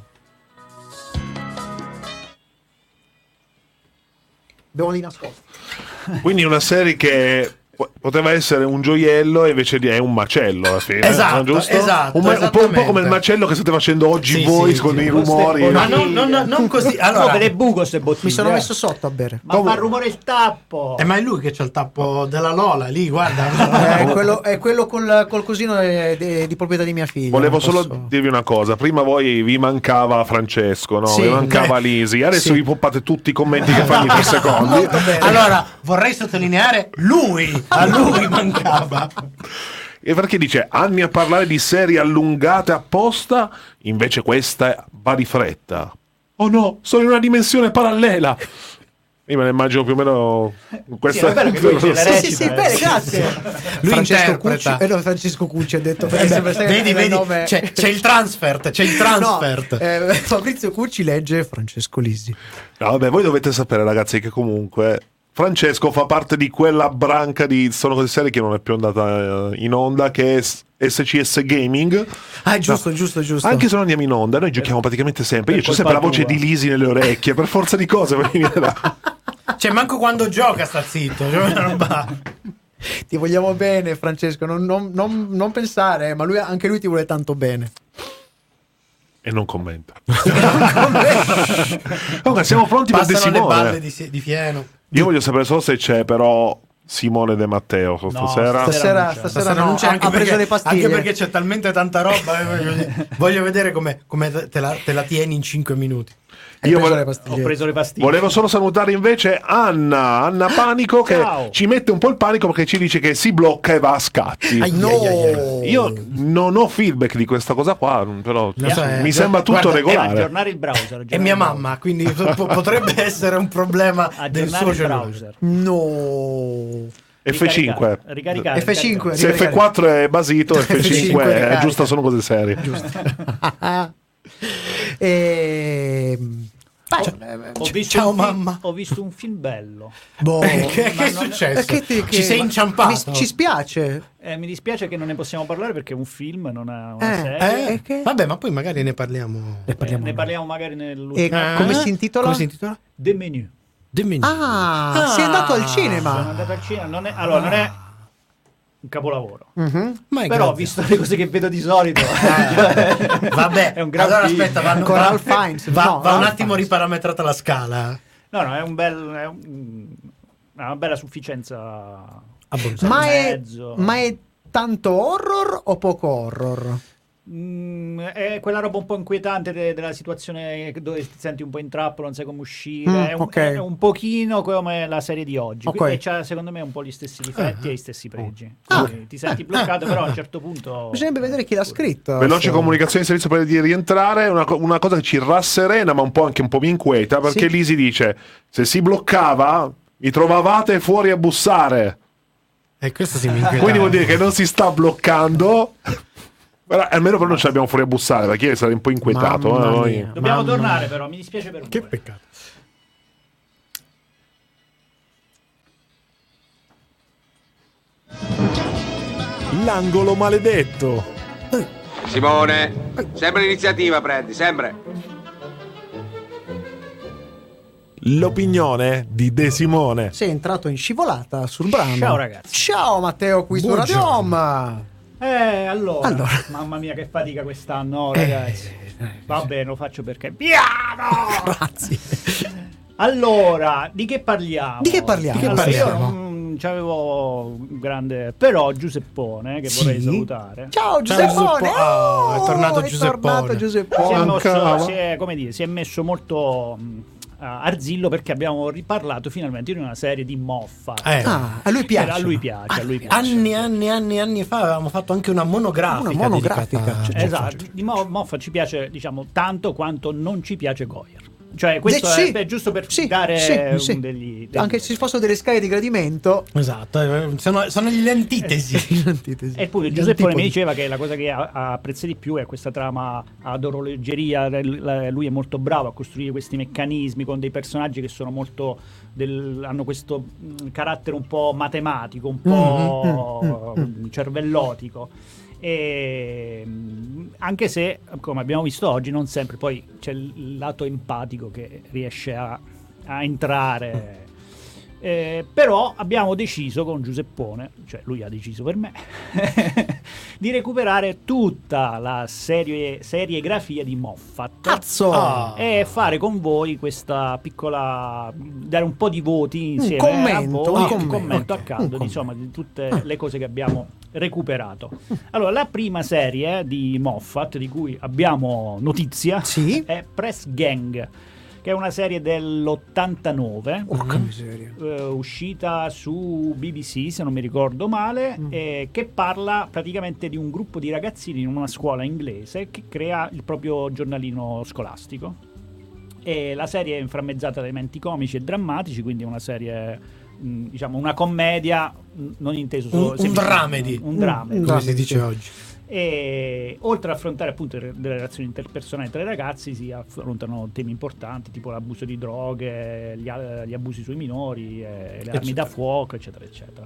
Abbiamo lì nascosto. Quindi una serie che po- poteva essere un gioiello e invece di- è un macello alla fine. Esatto, no? Giusto? esatto, Un, ma- un po', un po' esattamente. come il macello che state facendo oggi Sì, voi sì, con sì. i rumori. Queste- Ma non, non- non così. Allora, Allora, le buco ste bottiglie. Mi sono eh. messo sotto a bere. Ma fa rumore il tappo. eh, ma è lui che c'ha il tappo della Lola lì, guarda. È quello, è quello col, col cosino eh, di, di proprietà di mia figlia. Volevo non solo posso- dirvi una cosa: prima voi vi mancava Francesco, no? Sì. vi mancava Lisi. Adesso Sì. vi poppate tutti i commenti che fanno i tre secondi. Molto bene. Allora, vorrei sottolineare lui, a lui mancava. E perché dice anni a parlare di serie allungate apposta, invece questa va di fretta. Oh no, sono in una dimensione parallela. Io me ne immagino più o meno questa. è bello che lui ce le Sì, recita, sì, sì, eh. bene, grazie. Lui Francesco interpreta. Cucci, eh, no, Francesco Cucci ha detto perché Eh beh, sembra sempre vedi, il vedi, nome- c'è, c'è il transfert, c'è il transfert. No, eh, Fabrizio Cucci legge Francesco Lisi. No, vabbè, voi dovete sapere, ragazzi, che comunque Francesco fa parte di quella branca di Sono cose serie che non è più andata eh, in onda, che è S- S C S Gaming. Ah, giusto, giusto, giusto. Anche se non andiamo in onda, noi giochiamo praticamente sempre. Io per c'ho sempre la colpa voce tua. di Lisi nelle orecchie, per forza di cose. poi viene da- Cioè, manco quando gioca sta zitto. Cioè, una roba- Ti vogliamo bene, Francesco, non, non- non- non pensare, eh, ma lui, anche lui ti vuole tanto bene. E non commenta. Comunque, siamo pronti per De Passano le Simone. balle di, di fieno. Io voglio sapere solo se c'è, però, Simone De Matteo No, stasera. Stasera, non c'è. stasera, Stasera no, non c'è, ha, anche ha preso perché- le pastiglie. Anche perché c'è talmente tanta roba. eh, voglio, vedere- voglio vedere come, come te, la, te la tieni in cinque minuti. Hai Io preso vole- le pastiglie. Ho preso le pastiglie. Volevo solo salutare invece Anna, Anna Panico, che Ciao. ci mette un po' il panico perché ci dice che si blocca e va a scatti. Ai, No. ai, ai, ai. Io non ho feedback di questa cosa qua, però Lo so, mi eh, sembra tutto guarda, Eh, regolare. aggiornare il browser. È aggiornare mia il browser. mamma, quindi po- potrebbe essere un problema del Aggiornare suo il cellulare. browser. No. F cinque. Ricaricare. F cinque. Se F quattro è basito, F cinque F cinque è ricarica. giusto, sono cose serie. Ehm, Cioè, Ho visto ciao un film- mamma. Ho visto un film bello. boh. che che è Ma non- successo? Eh, che ti- che- Ci sei inciampato? mi- ci spiace. Eh, mi dispiace che non ne possiamo parlare perché è un film, non è una Eh, serie. Eh, E che- Vabbè, ma poi magari ne parliamo. Ne Eh, parliamo. ne parliamo magari E nell'ultimo. Eh? come si intitola? Come si intitola? The Menu. Dimmi. Ah, sei andato al Sono cinema. andato al cinema. Non è, allora, non è un capolavoro. Mhm. Ma è Però, grazie. visto le cose che vedo di solito, Vabbè, è un gran allora film. aspetta, vanno, Con va, Ralph Fiennes. va, No, va un Ralph attimo Fiennes. riparametrata la scala. No, no, è un bel. È un- una bella sufficienza Abbondanza. Ma è, mezzo. ma è tanto horror o poco horror? Mm, è quella roba un po' inquietante de- della situazione dove ti senti un po' in trappola, non sai come uscire. Mm, è, un, ok. è un pochino come la serie di oggi. Ok. Quindi c'ha secondo me un po' gli stessi difetti Ah. e gli stessi pregi. Ah. Quindi ti senti bloccato, però a un certo punto. Bisognerebbe vedere chi l'ha scritto. Veloce Sto- comunicazione di servizio per di rientrare, una, co- una cosa che ci rasserena, ma un po' anche un po' mi inquieta, perché Sì. Lisi dice: se si bloccava, vi trovavate fuori a bussare. E questo si mi inquieta. Quindi vuol dire che non si sta bloccando. Però, almeno per noi ce l'abbiamo fuori a bussare, perché io sarei un po' inquietato. Mamma eh, noi. mia. Dobbiamo Mamma tornare, mia. però mi dispiace per Che voi. peccato. L'angolo maledetto. Simone, sempre l'iniziativa prendi, sempre. L'opinione di De Simone. Sei entrato in scivolata sul brano. Ciao, ragazzi. Ciao Matteo qui su Radio Buongiorno. Home. Eh, allora, Allora. mamma mia, che fatica quest'anno, oh, ragazzi. Va bene, lo faccio perché. Piano! Grazie. Allora, di che parliamo? Di che parliamo? Di che Allora, parliamo? Io non c'avevo un grande. Però Giuseppone, che Sì. vorrei salutare. Ciao Ciao, Giuseppone. Giuseppe- oh, è tornato è Giuseppone. tornato Si è, Giuseppone. Mancava. mosso, si, è, come dire, si è messo molto mh, a arzillo perché abbiamo riparlato finalmente di una serie di Moffat. Eh. Ah, a lui piace. A lui piace, a lui piace. Anni, anni, anni, anni fa avevamo fatto anche una monografica. Una monografica, dedicata a cioè, Moffat. Esatto, di Mo- Moffat ci piace, diciamo, tanto quanto non ci piace Goyer. Cioè, questo Eh, sì. è, è giusto per Sì, dare sì, un sì. degli, degli- Anche se ci fossero delle scale di gradimento. Esatto, eh, sono, sono le antitesi. L'antitesi. E poi Gli Giuseppone mi antipodi. diceva che la cosa che a- apprezza di più è questa trama ad orologeria. l- Lui è molto bravo a costruire questi meccanismi con dei personaggi che sono molto del- hanno questo mh, carattere un po' matematico, un po' Mm, cervellotico. E, mh, anche se, come abbiamo visto oggi, non sempre poi c'è il lato empatico che riesce a, a entrare. Eh, però abbiamo deciso con Giuseppone, cioè lui ha deciso per me, di recuperare tutta la serie, seriegrafia di Moffat. Cazzo! Ah. E fare con voi questa piccola, dare un po' di voti insieme commento, a voi, un un commento, commento a un caldo, commento. insomma, di tutte le cose che abbiamo recuperato. Allora, la prima serie di Moffat di cui abbiamo notizia Sì. è Press Gang, che è una serie dell'ottantanove, Porca miseria. eh, uscita su B B C se non mi ricordo male, eh, che parla praticamente di un gruppo di ragazzini in una scuola inglese che crea il proprio giornalino scolastico. E la serie è inframmezzata da elementi comici e drammatici, quindi è una serie, mh, diciamo, una commedia, mh, non inteso solo Un- un semplicemente- dramedy. un dramedy. Un Come si dramedy, dice sì. oggi. E oltre ad affrontare appunto le delle relazioni interpersonali tra i ragazzi, si affrontano temi importanti tipo l'abuso di droghe, gli, a- gli abusi sui minori, eh, le armi Eccetera. da fuoco, eccetera, eccetera.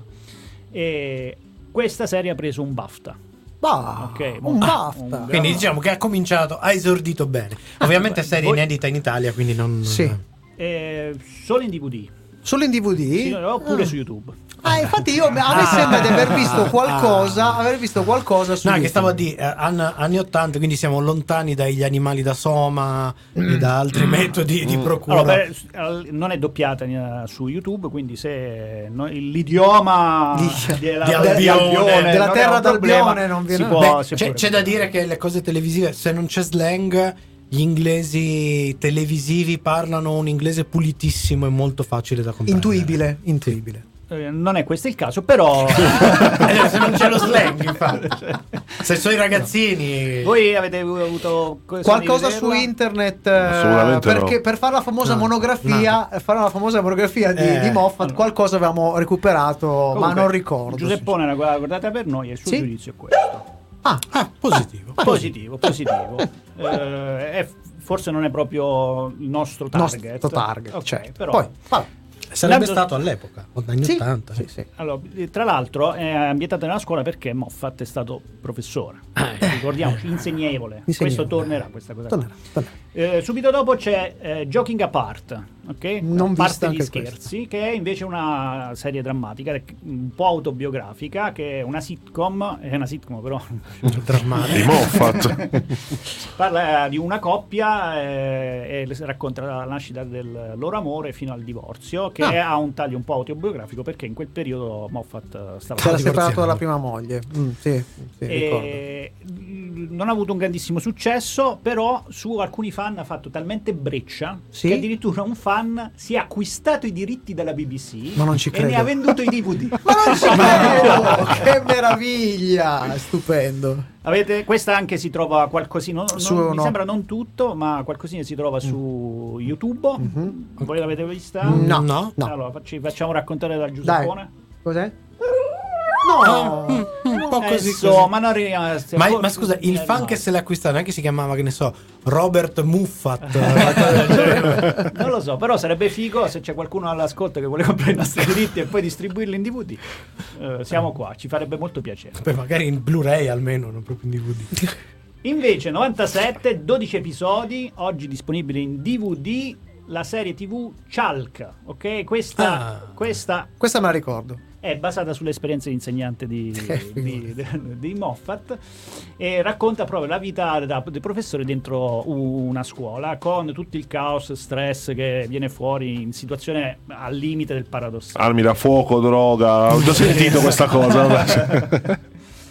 E questa serie ha preso un BAFTA. Bah, Ok, un ah, BAFTA. un- Quindi diciamo che ha cominciato, ha esordito bene. Ovviamente beh, serie voi- inedita in Italia, quindi non... Sì. Eh, solo in D V D, Solo in D V D? sì, oppure Ah. su YouTube. Ah, infatti io a me Ah. sembra di aver visto qualcosa, Ah. aver visto qualcosa su No, che YouTube. stavo a dire, eh, anni, anni ottanta, quindi siamo lontani dagli animali da Soma e da altri metodi di procura. Allora, per- al- non è doppiata eh, su YouTube, quindi se no- l'idioma Di- della, di Albione, della non è terra un problema, d'Albione non viene- si può, Beh, si c'è, può c'è da recuperare. dire che le cose televisive, se non c'è slang, gli inglesi televisivi parlano un inglese pulitissimo e molto facile da comprendere. Intuibile, intuibile. Eh, non è questo il caso, però Eh, se non c'è lo slang, infatti. Se sono i ragazzini. voi avete avuto occasione Qualcosa di su vederla? internet, eh, Assolutamente perché no. per fare la famosa No, monografia, fare la famosa monografia di, Eh, di Moffat, allora. qualcosa avevamo recuperato, ma Comunque, non ricordo. Giuseppone è una cosa guardata per noi e il suo Sì? giudizio è questo. Ah, Ah, positivo. Positivo, positivo. Eh, è- forse non è proprio il nostro target. nostro target. Ok, Certo. però Poi, vabbè. Sarebbe L'altro- stato all'epoca, negli Sì, ottanta. sì, sì. Allora, eh, tra l'altro è ambientata nella scuola perché Moffat è stato professore. Ricordiamoci, insegnevole. Questo Insegnevole. tornerà questa cosa. qua. Tornerà, tornerà. Eh, subito dopo c'è eh, Joking Apart, ok? Non A vista parte gli anche scherzi, che è invece una serie drammatica, un po' autobiografica, che è una sitcom, è una sitcom però Di Drammatico. Moffat. parla di una coppia eh, e racconta la nascita del loro amore fino al divorzio, che Ah. ha un taglio un po' autobiografico perché in quel periodo Moffat stava Si era divorziando. separato dalla prima moglie. Mm, sì, sì, ricordo. e non ha avuto un grandissimo successo, però su alcuni fan ha fatto talmente breccia Sì? che addirittura un fan si è acquistato i diritti dalla B B C Ma non ci e credo. ne ha venduto i D V D. Ma non ci credo! Che meraviglia! Stupendo. Avete, questa anche si trova qualcosina, non- Su- non- mi no. sembra non tutto, ma qualcosina si trova su YouTube. Voi l'avete vista? No, No. no. Allora, facci- facciamo raccontare da Dai. Giuseppone. Cos'è? No! Un po' Eh, così, insomma, non arriviamo- Ma, for- ma scusa, il fan no. che se l'ha acquistato neanche si chiamava, che ne so, Robert Muffat. Non lo so, però sarebbe figo se c'è qualcuno all'ascolto che vuole comprare i nostri diritti e poi distribuirli in D V D. Eh, siamo qua, ci farebbe molto piacere. Beh, magari in Blu-ray almeno, non proprio in D V D. Invece novantasette, dodici episodi, oggi disponibili in D V D, la serie tivù Chalk, ok? Questa, Ah. questa Questa me la ricordo. è basata sulle esperienze di insegnante di, Che di, di- di Moffat e racconta proprio la vita da, del professore dentro una scuola con tutto il caos, stress che viene fuori in situazione al limite del paradossale. Armi da fuoco, droga. Ho già sentito questa cosa.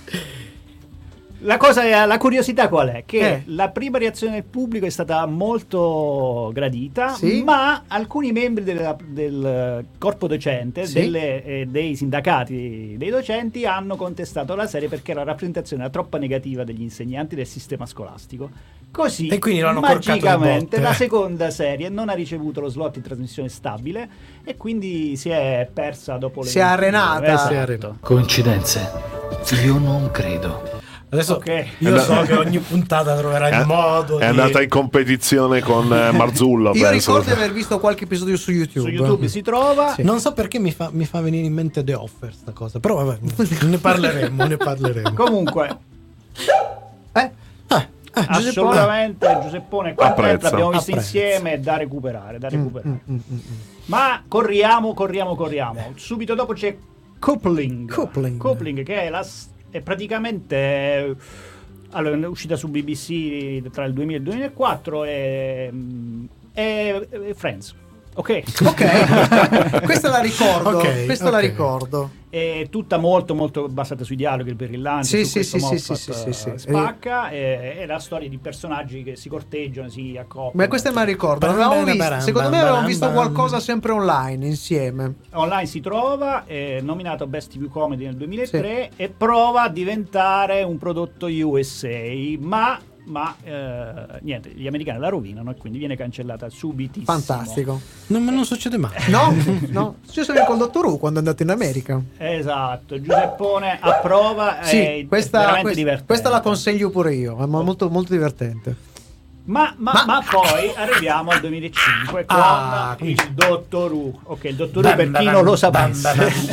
La cosa, è- la curiosità qual è? Che Eh. la prima reazione del pubblico è stata molto gradita, Sì. ma alcuni membri della- del corpo docente, Sì. delle, eh, dei sindacati dei docenti, hanno contestato la serie perché la rappresentazione era troppo negativa degli insegnanti del sistema scolastico. Così, E quindi l'hanno corcato di magicamente, botte. la seconda serie non ha ricevuto lo slot di trasmissione stabile e quindi si è persa dopo le Si è arenata. Esatto. Si è arenata. Coincidenze? Io non credo. Adesso Ok. io so che ogni puntata troverà il modo È di... andata in competizione con eh, Marzullo. Io penso. ricordo di aver visto qualche episodio su YouTube. Su YouTube si trova. Sì. Non so perché mi fa, mi fa venire in mente The Offer sta cosa, però vabbè, ne parleremo, ne parleremo. Comunque, Eh? Ah, ah, assolutamente Giuseppone è contento, Apprezzo. l'abbiamo visto Apprezzo. insieme, è da recuperare, da recuperare. Mm, mm, mm, mm. Ma corriamo, corriamo, corriamo. Subito dopo c'è Coupling. Coupling. Coupling, che è, la, s- è praticamente eh, allora, è uscita su B B C tra il duemila e il duemilaquattro e è, è Friends. Ok. Ok, questa la ricordo. Ok, questa la ok. ricordo. È tutta molto molto basata sui dialoghi per il lancio. Sì, su sì, questo sì, sì, Moffat, sì, sì, sì, eh, sì. spacca. È, è la storia di personaggi che si corteggiano, si accoppiano. Ma questa me la ricordo. Bam, Avevamo bam, visto- bam, secondo me bam, avevamo bam, visto bam. qualcosa sempre online insieme. Online si trova, è nominato Best T V Comedy nel duemilatré e prova a diventare un prodotto U S A, ma, ma eh, niente, gli americani la rovinano e quindi viene cancellata subitissimo. Fantastico. No, ma non succede mai. No, no. Successo anche col Dottor Who quando è andato in America. Esatto, Giuseppone approva, Sì, è questa, veramente quest- divertente. questa la consiglio pure io. È mo- molto, molto divertente. Ma, ma, Ma- ma poi arriviamo al duemilacinque con Ah, il quindi- Dottor Who. Ok, il Dottor Who per chi non lo sapesse.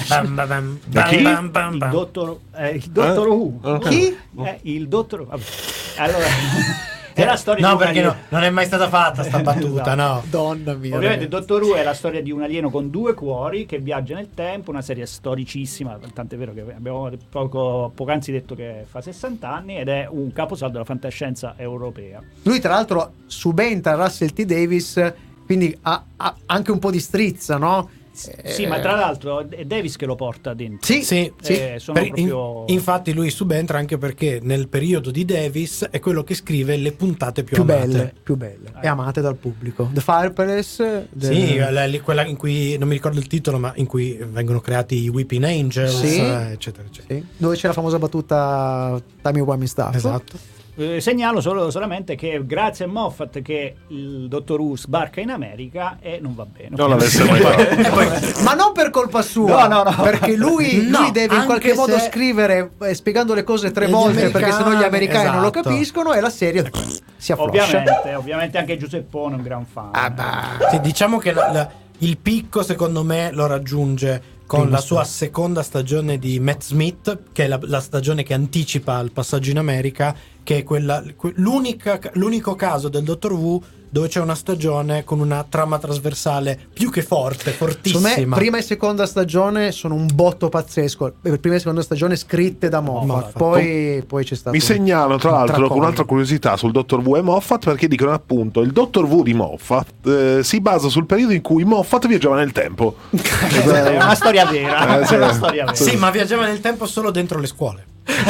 Da chi? Il Dottor, eh, il Dottor Who. Chi? Eh, il Dottor Who. Vabbè. Allora, è la storia No, di un perché no, alieno. non è mai stata fatta sta battuta, Esatto. no. Donna mia. Ovviamente il ragazzi. Dottor Who è la storia di un alieno con due cuori che viaggia nel tempo, una serie storicissima, tant'è vero che abbiamo poco, poc'anzi detto che fa sessanta anni ed è un caposaldo della fantascienza europea. Lui, tra l'altro, subentra a Russell T. Davis, quindi ha, ha anche un po' di strizza, no? Sì, Eh, ma tra l'altro è Davis che lo porta dentro. Sì, Sì, sì. Eh, sono Per- in- proprio... infatti lui subentra anche perché nel periodo di Davis è quello che scrive le puntate più, più amate. belle, più belle e amate dal pubblico. The Fireplace, the- Sì, la- li- quella in cui non mi ricordo il titolo, ma in cui vengono creati i Weeping Angels, Sì. eh, eccetera, eccetera. sì, dove c'è la famosa battuta Timey Wimey Stuff. Esatto. Eh, segnalo solo, solamente che grazie a Moffat che il Dottor Who sbarca in America e non va bene. Non l'avesse mai fatto. Ma non per colpa sua, No, no, no. perché lui, No, lui deve in anche qualche modo se- scrivere eh, spiegando le cose tre Gli volte perché sennò gli americani, americani non lo esatto. capiscono e la serie si affloscia. Ovviamente, ovviamente anche Giuseppone è un gran fan. Ah, bah. Sì, diciamo che la- la- il picco secondo me lo raggiunge con la sua seconda stagione di Matt Smith, che è la, la stagione che anticipa il passaggio in America, che è quella, que- l'unica, l'unico caso del Dottor Who dove c'è una stagione con una trama trasversale più che forte, fortissima. Secondo me prima e seconda stagione sono un botto pazzesco. Prima e seconda stagione scritte da Moffat, Moffat. poi, poi c'è stato Mi segnalo tra un l'altro con tracollo. un'altra curiosità sul dottor W e Moffat, perché dicono appunto il dottor W di Moffat eh, si basa sul periodo in cui Moffat viaggiava nel tempo. È una storia vera, Eh, sì. è una storia vera. Sì, ma viaggiava nel tempo solo dentro le scuole.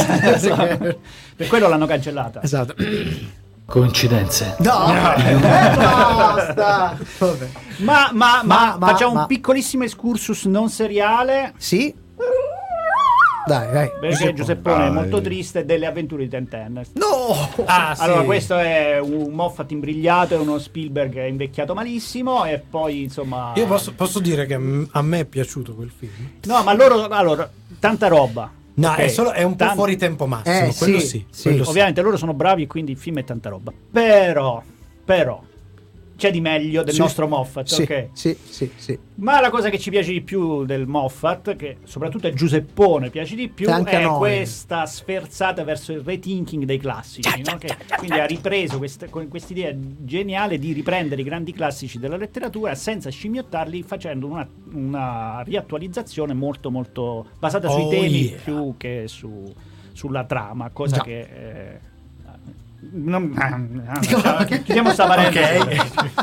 Per quello l'hanno cancellata. Esatto. Coincidenze. No, eh, basta. Vabbè. Ma, ma, ma, Ma- ma- facciamo ma- un piccolissimo excursus non seriale, Sì. Dai, dai. perché Giuseppone è Dai. molto triste delle avventure di Tintin. No. Ah, sì. Allora, questo è un Moffat imbrigliato e uno Spielberg invecchiato malissimo. E poi, insomma, Io posso, posso dire che m- a me è piaciuto quel film. no, ma loro, allora, tanta roba. No, ok? è, solo, è un po' Tan- fuori tempo massimo. Eh, quello sì, sì. sì. quello sì. Ovviamente loro sono bravi e quindi il film è tanta roba. Però, però, c'è di meglio del Sì. nostro Moffat, Sì, ok? sì, sì, sì. Ma la cosa che ci piace di più del Moffat, che soprattutto a Giuseppone piace di più, E anche a è noi. questa sferzata verso il rethinking dei classici. No? Che quindi ha ripreso questa idea geniale di riprendere i grandi classici della letteratura senza scimmiottarli, facendo una, una riattualizzazione molto molto basata sui Oh, temi yeah. più che su, sulla trama, cosa Già. che... eh, non, chiudiamo sta parentesi.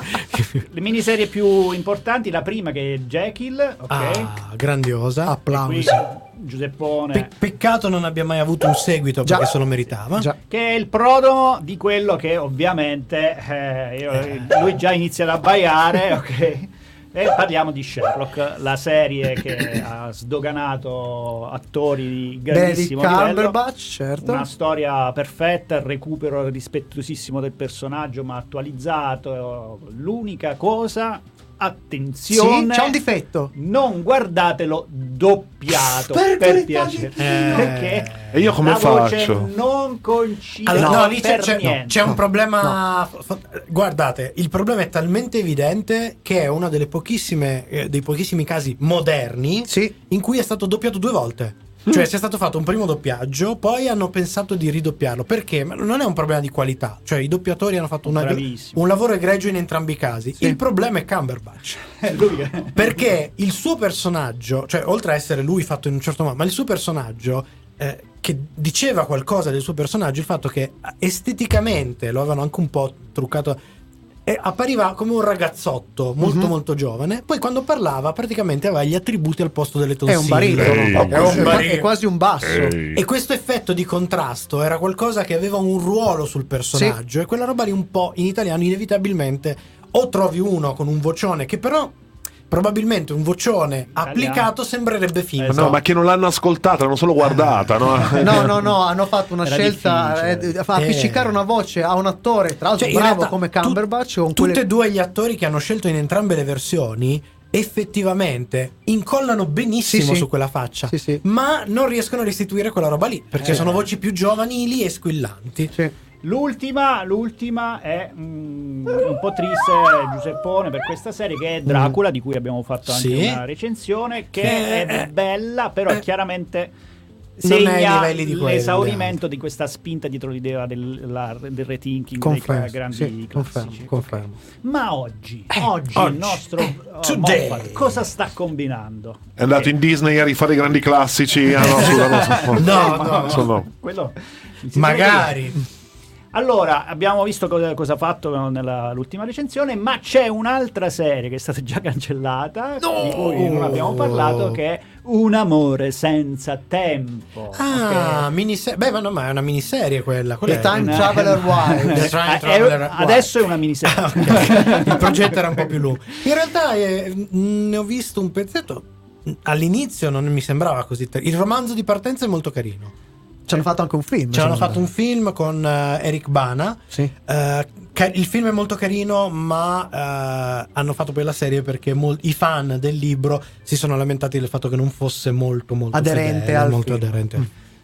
Le miniserie più importanti, la prima che è Jekyll, ok? Ah, grandiosa. Qui Applausi. Giuseppone, Pe- peccato non abbia mai avuto un seguito Già. perché se lo meritava. Già. che è il prodomo di quello che ovviamente eh, io- lui già inizia ad abbaiare, ok? E parliamo di Sherlock, la serie che ha sdoganato attori di Benedict grandissimo livello. Cumberbatch, certo. Una storia perfetta, il recupero rispettosissimo del personaggio ma attualizzato. L'unica cosa, attenzione, Sì, c'è un difetto. non guardatelo doppiato Per per, carità di piacere, Dio. perché E io come la voce faccio? non coincide Allora, no, lì c'è, per c'è- no, niente. c'è un No, problema. f- f- Guardate, il problema è talmente evidente che è uno delle pochissime, eh, dei pochissimi casi moderni Sì. in cui è stato doppiato due volte. Cioè, sia stato fatto un primo doppiaggio, poi hanno pensato di ridoppiarlo. Perché? Ma non è un problema di qualità. Cioè, i doppiatori hanno fatto una- Bravissimo. un lavoro egregio in entrambi i casi. Sì. Il problema è Cumberbatch. È lui che- Perché il suo personaggio, cioè oltre a essere lui fatto in un certo modo, ma il suo personaggio eh, che diceva qualcosa del suo personaggio, il fatto che esteticamente lo avevano anche un po' truccato, e appariva come un ragazzotto molto Mhm. molto giovane, poi quando parlava praticamente aveva gli attributi al posto delle È tonsille. un baritono. Ehi. È, È un baritono. è quasi un basso. Ehi. E questo effetto di contrasto era qualcosa che aveva un ruolo sul personaggio, e quella roba lì un po' in italiano inevitabilmente o trovi uno con un vocione che però probabilmente un vocione applicato sembrerebbe finto. Esatto. No, ma che non l'hanno ascoltata, l'hanno solo guardata, no? No, no, no, hanno fatto una Era scelta difficile. eh, a appiccicare Eh. una voce a un attore, tra l'altro Cioè, in bravo realtà, come tu- Cumberbatch con tutti quelle... e due gli attori che hanno scelto in entrambe le versioni effettivamente incollano benissimo Sì, sì. su quella faccia, Sì, sì. ma non riescono a restituire quella roba lì perché Eh. sono voci più giovanili e squillanti. Sì. L'ultima, l'ultima è mm, un po' triste, Giuseppone, per questa serie, che è Dracula, di cui abbiamo fatto anche Sì. una recensione, che Che è è- bella, però eh, chiaramente non è ai segna livelli di quelle l'esaurimento di questa spinta dietro l'idea del, la- del rethinking Confermo, dei grandi sì, confermo, classici. confermo. Ma oggi, oggi, oggi. il nostro uh, Today. Moffat cosa sta combinando? È andato in Disney a rifare i grandi classici. Ah, no, scusa, no, so- No, no, so- no. Quello mi si magari. Allora, abbiamo visto cosa, cosa ha fatto nell'ultima recensione, ma c'è un'altra serie che è stata già cancellata, di cui non abbiamo parlato, che è Un amore senza tempo. Ah, ok? miniserie. Beh, ma no, ma è una miniserie quella. Quella The è- Time Una- Traveler Wives. The Time Ah, è- Traveler- adesso è una miniserie. Ah, ok. Il progetto era un po' più lungo. In realtà eh, ne ho visto un pezzetto. All'inizio non mi sembrava così. ter- Il romanzo di partenza è molto carino. Ci hanno fatto anche un film. Ci hanno se non fatto un film con eh, Eric Bana. Sì. Eh, ca- il film è molto carino, ma eh, hanno fatto poi la serie perché mol- i fan del libro si sono lamentati del fatto che non fosse molto molto Aderente fedele, al molto film. aderente al-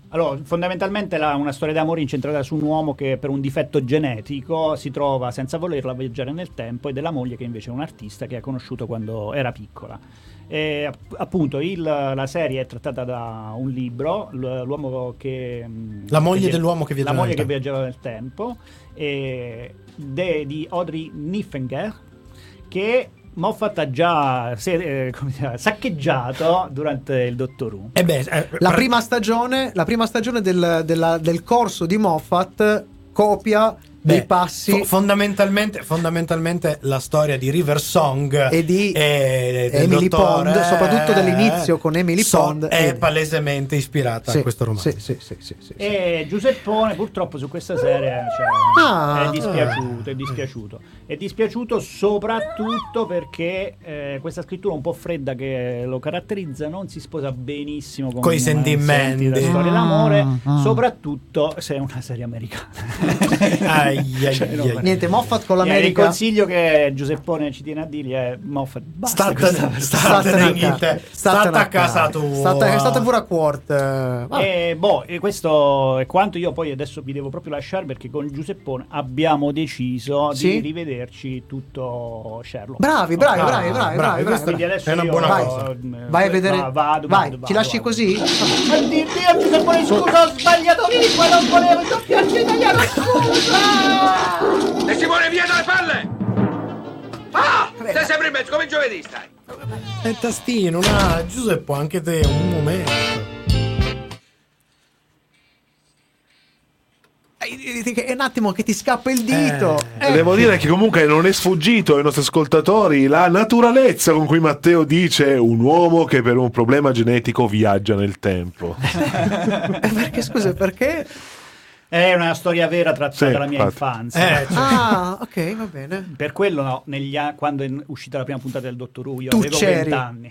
Allora, fondamentalmente la, una storia d'amore incentrata su un uomo che per un difetto genetico si trova senza volerlo a viaggiare nel tempo, e della moglie che invece è un artista che ha conosciuto quando era piccola. E, appunto il, la serie è trattata da un libro, l'uomo che la moglie che, dell'uomo che viaggiava la moglie nel che tempo. viaggiava nel tempo e de, di Audrey Niffenegger, che Moffat ha già se, eh, come dire, saccheggiato durante il Doctor Who. Eh beh, eh, La pra- prima stagione, la prima stagione del, della- del corso di Moffat copia dei Beh, passi fo- fondamentalmente, fondamentalmente la storia di River Song e di e del Emily dottore, Pond, soprattutto dell'inizio con Emily so- Pond, è e- palesemente ispirata Sì, a questo romanzo. sì, sì, sì, sì, sì, sì. E Giuseppone purtroppo su questa serie cioè, Ah. è dispiaciuto, è dispiaciuto. È dispiaciuto soprattutto perché eh, questa scrittura un po' fredda che lo caratterizza non si sposa benissimo con Coi i sentimenti. della storia d'amore, Ah, ah. soprattutto se è una serie americana. Ai, ai, Cioè, no, ai, ai. Niente, Moffat con Eh, il l'America. consiglio che Giuseppone ci tiene a dirgli è Moffat, basta questa State, versione. state, Statene a in Inghilterra, casa. state Statene a casa tua. State, state pure a Quart. eh, vabbè. E boh, e questo è quanto. Io poi adesso vi devo proprio lasciare perché con Giuseppone abbiamo deciso Sì? di rivederci tutto Sherlock. Bravi, bravi, Ah, bravi, bravi, bravi, questo bravi. Quindi adesso è una io, buona Vai. cosa. eh, Vai a vedere. va- vado, Vai, vado, ci vado, lasci vado. così? Oddio, Dio, Giuseppone, scusa, ho sbagliato lingua, non volevo il doppiaggio italiano, scusa! E Simone, via dalle palle! Ah! Sei sempre in mezzo, come giovedì stai? E tastino, una Giuseppe, anche te un momento. Eh, È un attimo che ti scappa il dito. Eh. E devo dire che comunque non è sfuggito ai nostri ascoltatori la naturalezza con cui Matteo dice un uomo che per un problema genetico viaggia nel tempo. Eh, perché scusa, perché? È una storia vera tratta Sì, dalla mia infatti. infanzia. Eh, cioè, Ah, ok, va bene. Per quello no, negli a- quando è uscita la prima puntata del Dottor Who io Tu avevo c'eri. venti anni.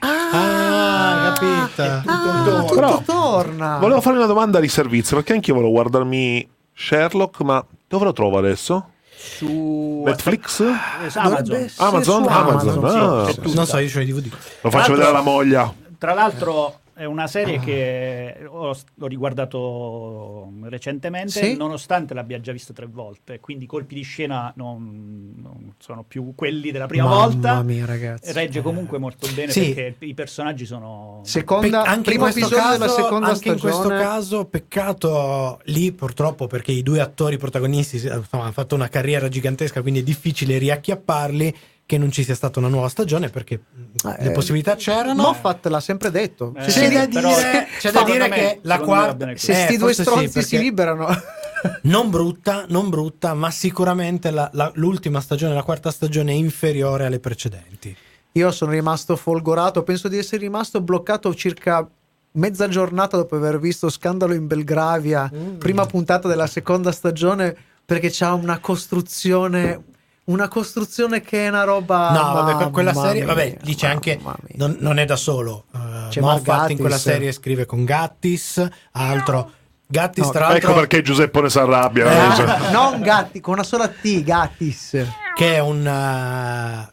ah, capito. Ah, torna. tutto Però- torna. Volevo fare una domanda di servizio perché anche io volevo guardarmi Sherlock, ma dove lo trovo adesso? Su Netflix? Eh, su Dovrebbe Amazon. essere Amazon? su Amazon, ah. Sì, c'è tutto. Non so, io c'ho i D V D. Lo faccio Tra vedere alla l'altro- moglie. Tra l'altro è una serie che ho, ho riguardato recentemente, Sì? nonostante l'abbia già vista tre volte, quindi i colpi di scena non, non sono più quelli della prima Mamma volta. mia, ragazzi. Regge comunque molto bene Sì. perché i personaggi sono... Seconda, Pe- anche in primo questo episodio caso, della seconda anche stagione. in questo caso peccato lì purtroppo perché i due attori protagonisti insomma, hanno fatto una carriera gigantesca, quindi è difficile riacchiapparli, che non ci sia stata una nuova stagione perché Eh, le possibilità c'erano. Moffat l'ha sempre detto. Eh, Se c'è si da li- però- dire, c'è da secondo dire me- che la secondo me va quarta bene così. se sti eh, due forse sì, stronzi si perché liberano. non brutta, non brutta, ma sicuramente la- la- l'ultima stagione, la quarta stagione è inferiore alle precedenti. Io sono rimasto folgorato, penso di essere rimasto bloccato circa mezza giornata dopo aver visto Scandalo in Belgravia, Mm. prima puntata della seconda stagione, perché c'ha una costruzione una costruzione che è una roba. No, vabbè, que- quella mamma serie, vabbè, mia, lì c'è anche, mamma mia. non, non è da solo. Uh, C'è Moffat Mark in quella Gatiss. serie scrive con Gattis, altro. Gattis, No, tra l'altro, Ecco perché Giuseppe ne si arrabbia. Eh, Cioè, non Gatti, con una sola T, Gattis. che è un uh,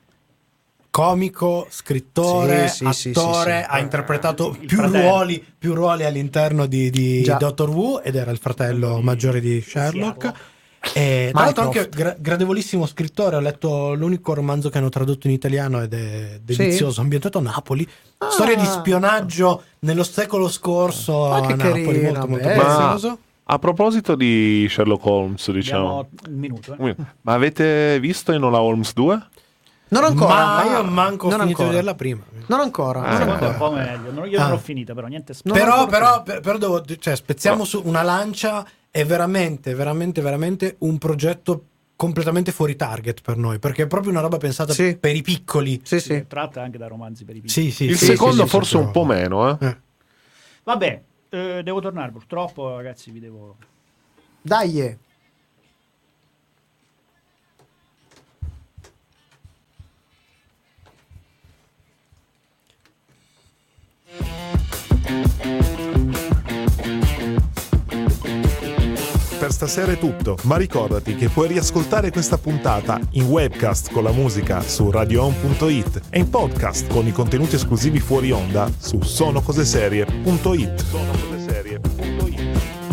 comico, scrittore, Sì, sì, sì, attore, sì, sì. ha interpretato Il più fratello. ruoli, più ruoli all'interno di, di Già. Doctor Who ed era il fratello Di- maggiore di di Sherlock. Sherlock. E tra l'altro anche Mycroft. gra- gradevolissimo scrittore, ho letto l'unico romanzo che hanno tradotto in italiano ed è delizioso, ambientato a Napoli, Ah. storia di spionaggio nello secolo scorso Ma a che Napoli, carino, molto molto bello. prezioso. a proposito di Sherlock Holmes, diciamo, Abbiamo un minuto. eh. ma avete visto Enola Holmes due? Non ancora. Ma io manco ho non finito ancora. di vederla prima. Non ancora. Ah, non Secondo me è ancora. un po' meglio. Non- Io non Ah. l'ho finita, però niente Non però, ancora però, per- però devo, cioè, spezziamo No. su una lancia, è veramente, veramente, veramente un progetto completamente fuori target per noi, perché è proprio una roba pensata Sì. per i piccoli. Sì, Si sì. tratta anche da romanzi per i piccoli. Sì, sì, Il sì, secondo sì, sì, forse sì, un po' meno, eh. Eh. Vabbè, eh, devo tornare purtroppo, ragazzi, vi devo... Dai. eh. Per stasera è tutto, ma ricordati che puoi riascoltare questa puntata in webcast con la musica su radio on punto it e in podcast con i contenuti esclusivi fuori onda su sonocoseserie punto it. sonocoseserie punto it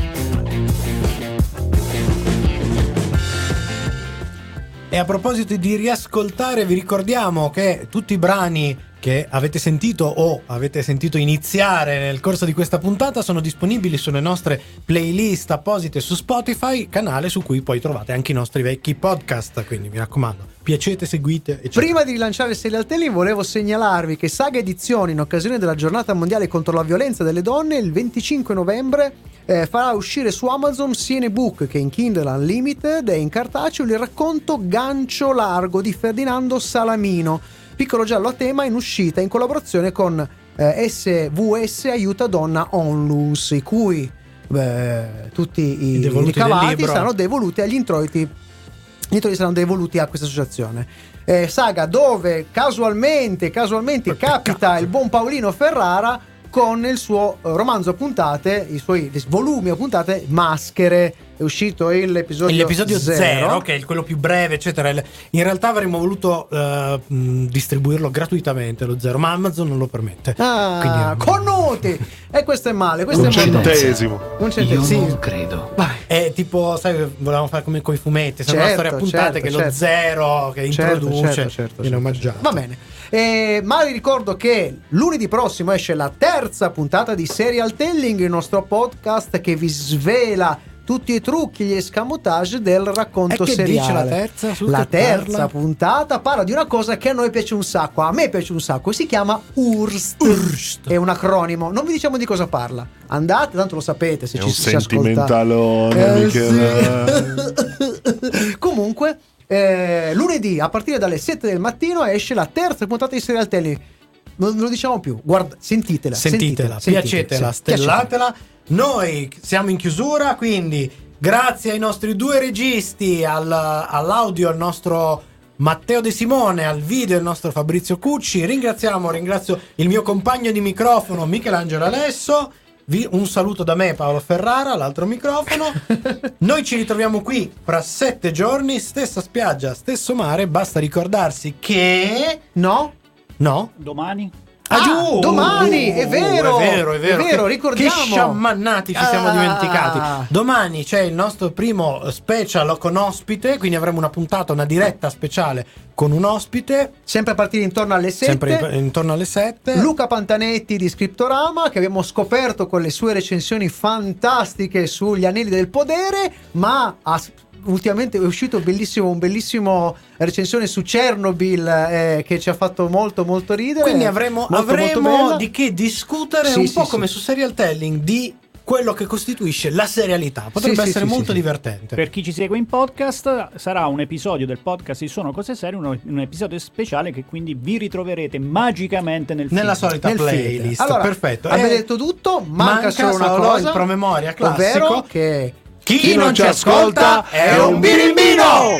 E a proposito di riascoltare, vi ricordiamo che tutti i brani che avete sentito o avete sentito iniziare nel corso di questa puntata sono disponibili sulle nostre playlist apposite su Spotify, canale su cui poi trovate anche i nostri vecchi podcast, quindi mi raccomando, piacete, seguite, eccetera. Prima di rilanciare il Serial Telling volevo segnalarvi che Saga Edizioni, in occasione della giornata mondiale contro la violenza delle donne, il venticinque novembre eh, farà uscire su Amazon sia in ebook che in Kindle Unlimited e in cartaceo il racconto Gancio Largo di Ferdinando Salamino, piccolo giallo a tema in uscita in collaborazione con eh, S V S Aiuta Donna Onlus, i cui beh, tutti i, I i ricavati saranno saranno devoluti agli introiti. Gli introiti saranno devoluti a questa associazione. Eh, saga dove casualmente, casualmente capita il buon Paolino Ferrara con il suo romanzo a puntate, i suoi volumi a puntate, Maschere. È uscito l'episodio, l'episodio zero, zero, che è quello più breve, eccetera. In realtà avremmo voluto uh, distribuirlo gratuitamente, lo zero, ma Amazon non lo permette. Ah, Quindi, connuti! E questo è male. Questo Un è male. centesimo. Un centesimo. Io Sì. non credo. Vai. È tipo, sai, volevamo fare come con i fumetti, sono Certo, una storia a puntate certo, che è lo certo. zero che Certo, introduce, certo, certo, viene certo. omaggiato. Va bene. Eh, ma vi ricordo che lunedì prossimo esce la terza puntata di Serial Telling, il nostro podcast che vi svela tutti i trucchi, gli escamotage del racconto E che seriale. dice la terza? Su La che terza parla? puntata parla di una cosa che a noi piace un sacco, a me piace un sacco, e si chiama U R S T. U R S T. È un acronimo, non vi diciamo di cosa parla. Andate, tanto lo sapete se È ci un si ascolta. sentimentalone, Eh, Michele. sì. Comunque eh, lunedì a partire dalle sette del mattino esce la terza puntata di Serial Telling. Non lo diciamo più, guarda, sentitela, Sentitela, sentitela, piacetela, sì, stellatela. Noi siamo in chiusura, quindi grazie ai nostri due registi, al, all'audio al nostro Matteo De Simone, al video il nostro Fabrizio Cucci. Ringraziamo, ringrazio il mio compagno di microfono Michelangelo Alesso. Vi, un saluto da me, Paolo Ferrara, l'altro microfono. Noi ci ritroviamo qui fra sette giorni, stessa spiaggia, stesso mare. Basta ricordarsi che No? no? Domani? Ah, giù! domani, è vero, è vero, è vero, è vero, che, ricordiamo. Che sciamannati ci siamo Ah. dimenticati. Domani c'è il nostro primo special con ospite, quindi avremo una puntata, una diretta speciale con un ospite, Sempre a partire intorno alle sette. sempre intorno alle sette. Luca Pantanetti di Scriptorama, che abbiamo scoperto con le sue recensioni fantastiche sugli Anelli del Podere, ma ha ultimamente è uscito bellissimo, un bellissimo recensione su Chernobyl eh, che ci ha fatto molto molto ridere. Quindi avremo, Molto, avremo molto bella. di che discutere, Sì, un sì, po' sì. come su Serial Telling, di quello che costituisce la serialità. Potrebbe Sì, sì, essere sì, molto sì, sì. divertente. Per chi ci segue in podcast, sarà un episodio del podcast Ci sono cose serie, uno- un episodio speciale che quindi vi ritroverete magicamente nel Nella feed. solita Nel feed. playlist. Allora, Perfetto. abbiamo Eh, detto tutto, manca, manca solo una solo cosa, il promemoria classico. ovvero che Chi non ci ascolta è un birimbino!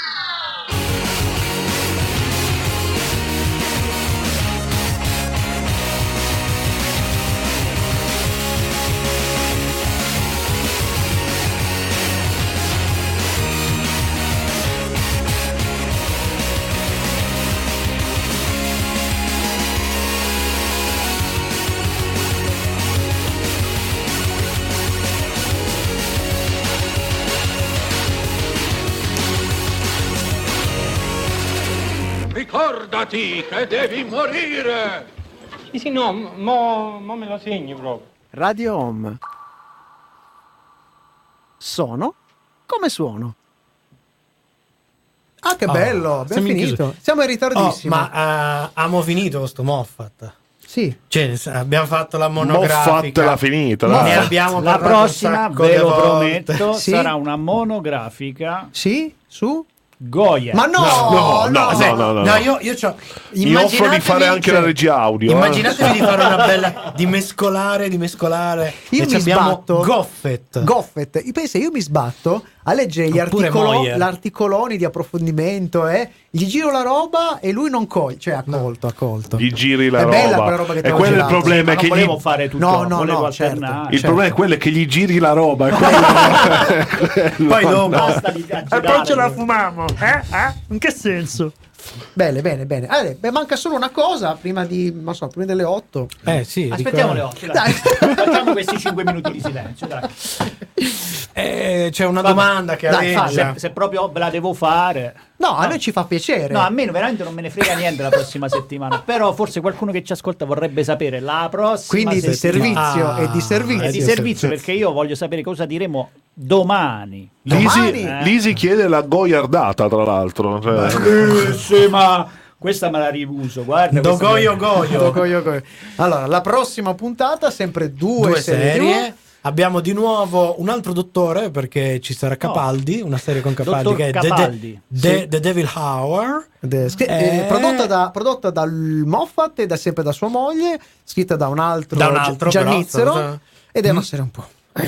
Ricordati che devi morire! Sì, sì, no, mo, mo me lo segni proprio. Radio Home. Sono come suono. Ah, che Oh, bello, abbiamo siamo in finito. chiusura. Siamo in Oh, ritardissimo. ma uh, abbiamo finito questo Moffat. Sì. Cioè, abbiamo fatto la monografica. Moffat l'ha finita, Ne dai. abbiamo La parlato un prossima, sacco ve di lo volte. prometto, Sì? sarà una monografica Sì? Su? Goya. Ma no, No, no, no, no, no, no. No, io, io c'ho. Mi offro di fare anche la regia audio. eh. Immaginatevi di fare una bella. di mescolare, di mescolare. Io e mi abbiamo sbatto. Goffet. Goffet. Io penso, io mi sbatto a leggere gli Oppure articolo- Moyer. l'articoloni di approfondimento, eh. Gli giro la roba e lui non coglie. Cioè, ha colto, ha colto. Gli giri la È roba. bella quella roba che ti e ho quello è il girato. problema Ma è non che volevo gli... fare tutto, No, no, volevo no, certo. alternare. il certo. problema è quello è che gli giri la roba. è quello- Poi dopo. Basta di girare. fumiamo. Eh? Eh? In che senso? Bene, bene, bene. Allora, beh, manca solo una cosa prima di, non so, prima delle otto. Eh sì. Aspettiamo dico- le otto, dai. Dai. Facciamo questi cinque minuti di silenzio, dai. Eh, c'è una Vabbè, domanda che dai, aleggia. falla. Se, se proprio ve la devo fare. No, a noi ci fa piacere. No, a me veramente non me ne frega niente la prossima settimana. Però forse qualcuno che ci ascolta vorrebbe sapere la prossima Quindi di settimana. servizio Ah, e di servizio. È di servizio, perché io voglio sapere cosa diremo domani. Lisi, Domani? Eh. Lisi chiede la goiardata, tra l'altro. Cioè, Eh, sì, ma questa me la riuso, guarda. questa Dogoyo me- goyo. Dogoyo goyo. Allora, la prossima puntata, sempre due, Due serie. serie. Abbiamo di nuovo un altro dottore perché ci sarà Capaldi, una serie con Capaldi Dottor che è The, Capaldi. The- Sì. The Devil Hour. De- scri- Eh. eh, prodotta, da, prodotta dal Moffat e da sempre da sua moglie, scritta da un altro, Da un altro, Giannizzero, però, ed è una serie un po'.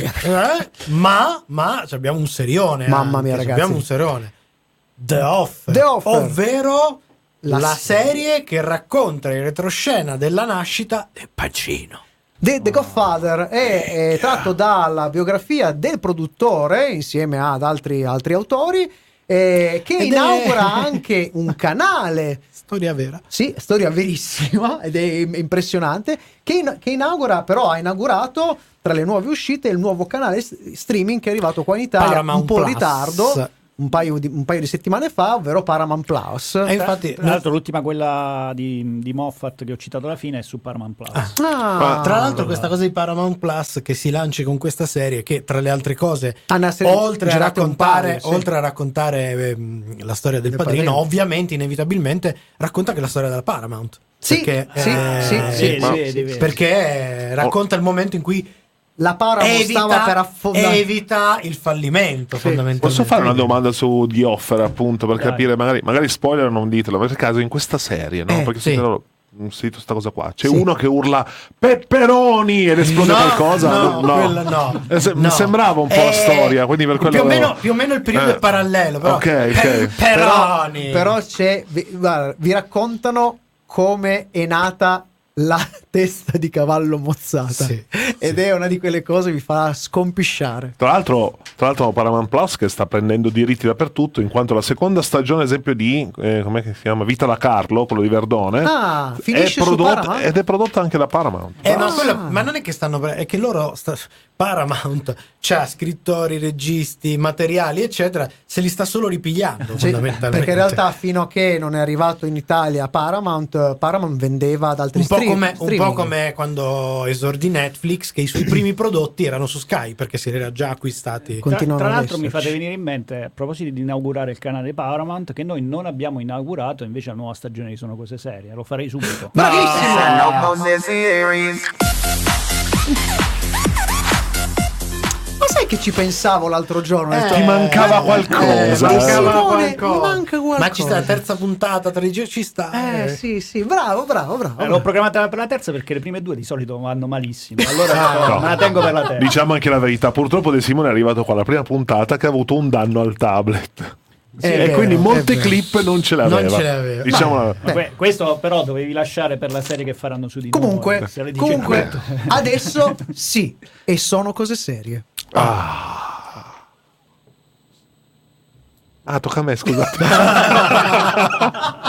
Eh, ma, ma cioè, abbiamo un serione. Mamma anche, mia, cioè, ragazzi. Abbiamo un serione. The Offer. The Offer. Ovvero La la, serie. serie che racconta in retroscena della nascita del Pacino. The, The Godfather è, è tratto dalla biografia del produttore insieme ad altri, altri autori, eh, che Ed è- inaugura anche un canale. Storia vera. Sì, storia verissima ed è impressionante. Che, in- che inaugura, però, ha inaugurato tra le nuove uscite il nuovo canale s- streaming che è arrivato qua in Italia Paramount un po' in Plus. ritardo, un paio, di, un paio di settimane fa, ovvero Paramount Plus. E infatti, Tra l'altro, l'ultima, quella di, di Moffat che ho citato alla fine, è su Paramount Plus. Ah, tra l'altro, questa cosa di Paramount Plus che si lanci con questa serie, che tra le altre cose, Ah, una serie oltre a girate un raccontare, paio, sì. oltre a raccontare ehm, la storia del, Del padrino, padrino. ovviamente, inevitabilmente, racconta anche la storia della Paramount. Sì, perché, sì, eh, sì, sì, Ma- sì. vedi, vedi. perché racconta il momento in cui La Paramount stava per evita, affondare. evita il fallimento, fondamentalmente. posso fare una domanda su The Offer, appunto, per Dai. capire, magari, magari spoiler non ditelo, ma per caso in questa serie, no? Eh, Perché sì. se no, ho sentito sta cosa qua. C'è Sì. uno che urla Pepperoni ed esplode No, qualcosa? no, quella no. Eh, se- No. Mi sembrava un po' la Eh, storia, quindi per quello più o meno, più o meno il periodo Eh. è parallelo, però. Ok, ok. Però, Pepperoni. però c'è, vi, guarda, vi raccontano come è nata la testa di cavallo mozzata, Sì, ed è una di quelle cose che vi fa scompisciare. Tra l'altro, tra l'altro Paramount Plus che sta prendendo diritti dappertutto, in quanto la seconda stagione, ad esempio, di eh, com'è che si chiama? Vita da Carlo, quello di Verdone, Ah, è finisce su prodotta, Paramount? ed è prodotta anche da Paramount. Eh, ma, Ah. quello- ma non è che stanno pre- è che loro sta- Paramount c'ha scrittori, registi, materiali eccetera, se li sta solo ripigliando Sì, fondamentalmente. perché in realtà fino a che non è arrivato in Italia Paramount, Paramount vendeva ad altri un po' stream- come, un streaming. po' come quando esordì Netflix, che i suoi primi prodotti erano su Sky perché si era già acquistati. Con- Tra, Continuano tra ad l'altro mi esserci. fate venire in mente, a proposito di inaugurare il canale Paramount, che noi non abbiamo inaugurato, invece la nuova stagione di Sono Cose Serie, lo farei subito. Bravissimo! Ma sai che ci pensavo l'altro giorno? Ho detto, Ti mancava eh, qualcosa. eh, eh. mancava Simone, qualcosa. Mi manca qualcosa. Ma ci sta la terza puntata, tredici ci sta. Eh, sì, sì, bravo, bravo, bravo. Eh, l'ho programmata per la terza perché le prime due di solito vanno malissimo. Allora No. me la tengo per la terza. Diciamo anche la verità, purtroppo De Simone è arrivato qua la prima puntata che ha avuto un danno al tablet. È e vero, quindi è molte vero. clip non ce l'aveva. Non ce l'aveva. Diciamo la- Ma que- questo però dovevi lasciare per la serie che faranno su di Comunque, noi. se alle comunque diciannove. adesso sì, e sono cose serie. Ah, tocca a me, scusate.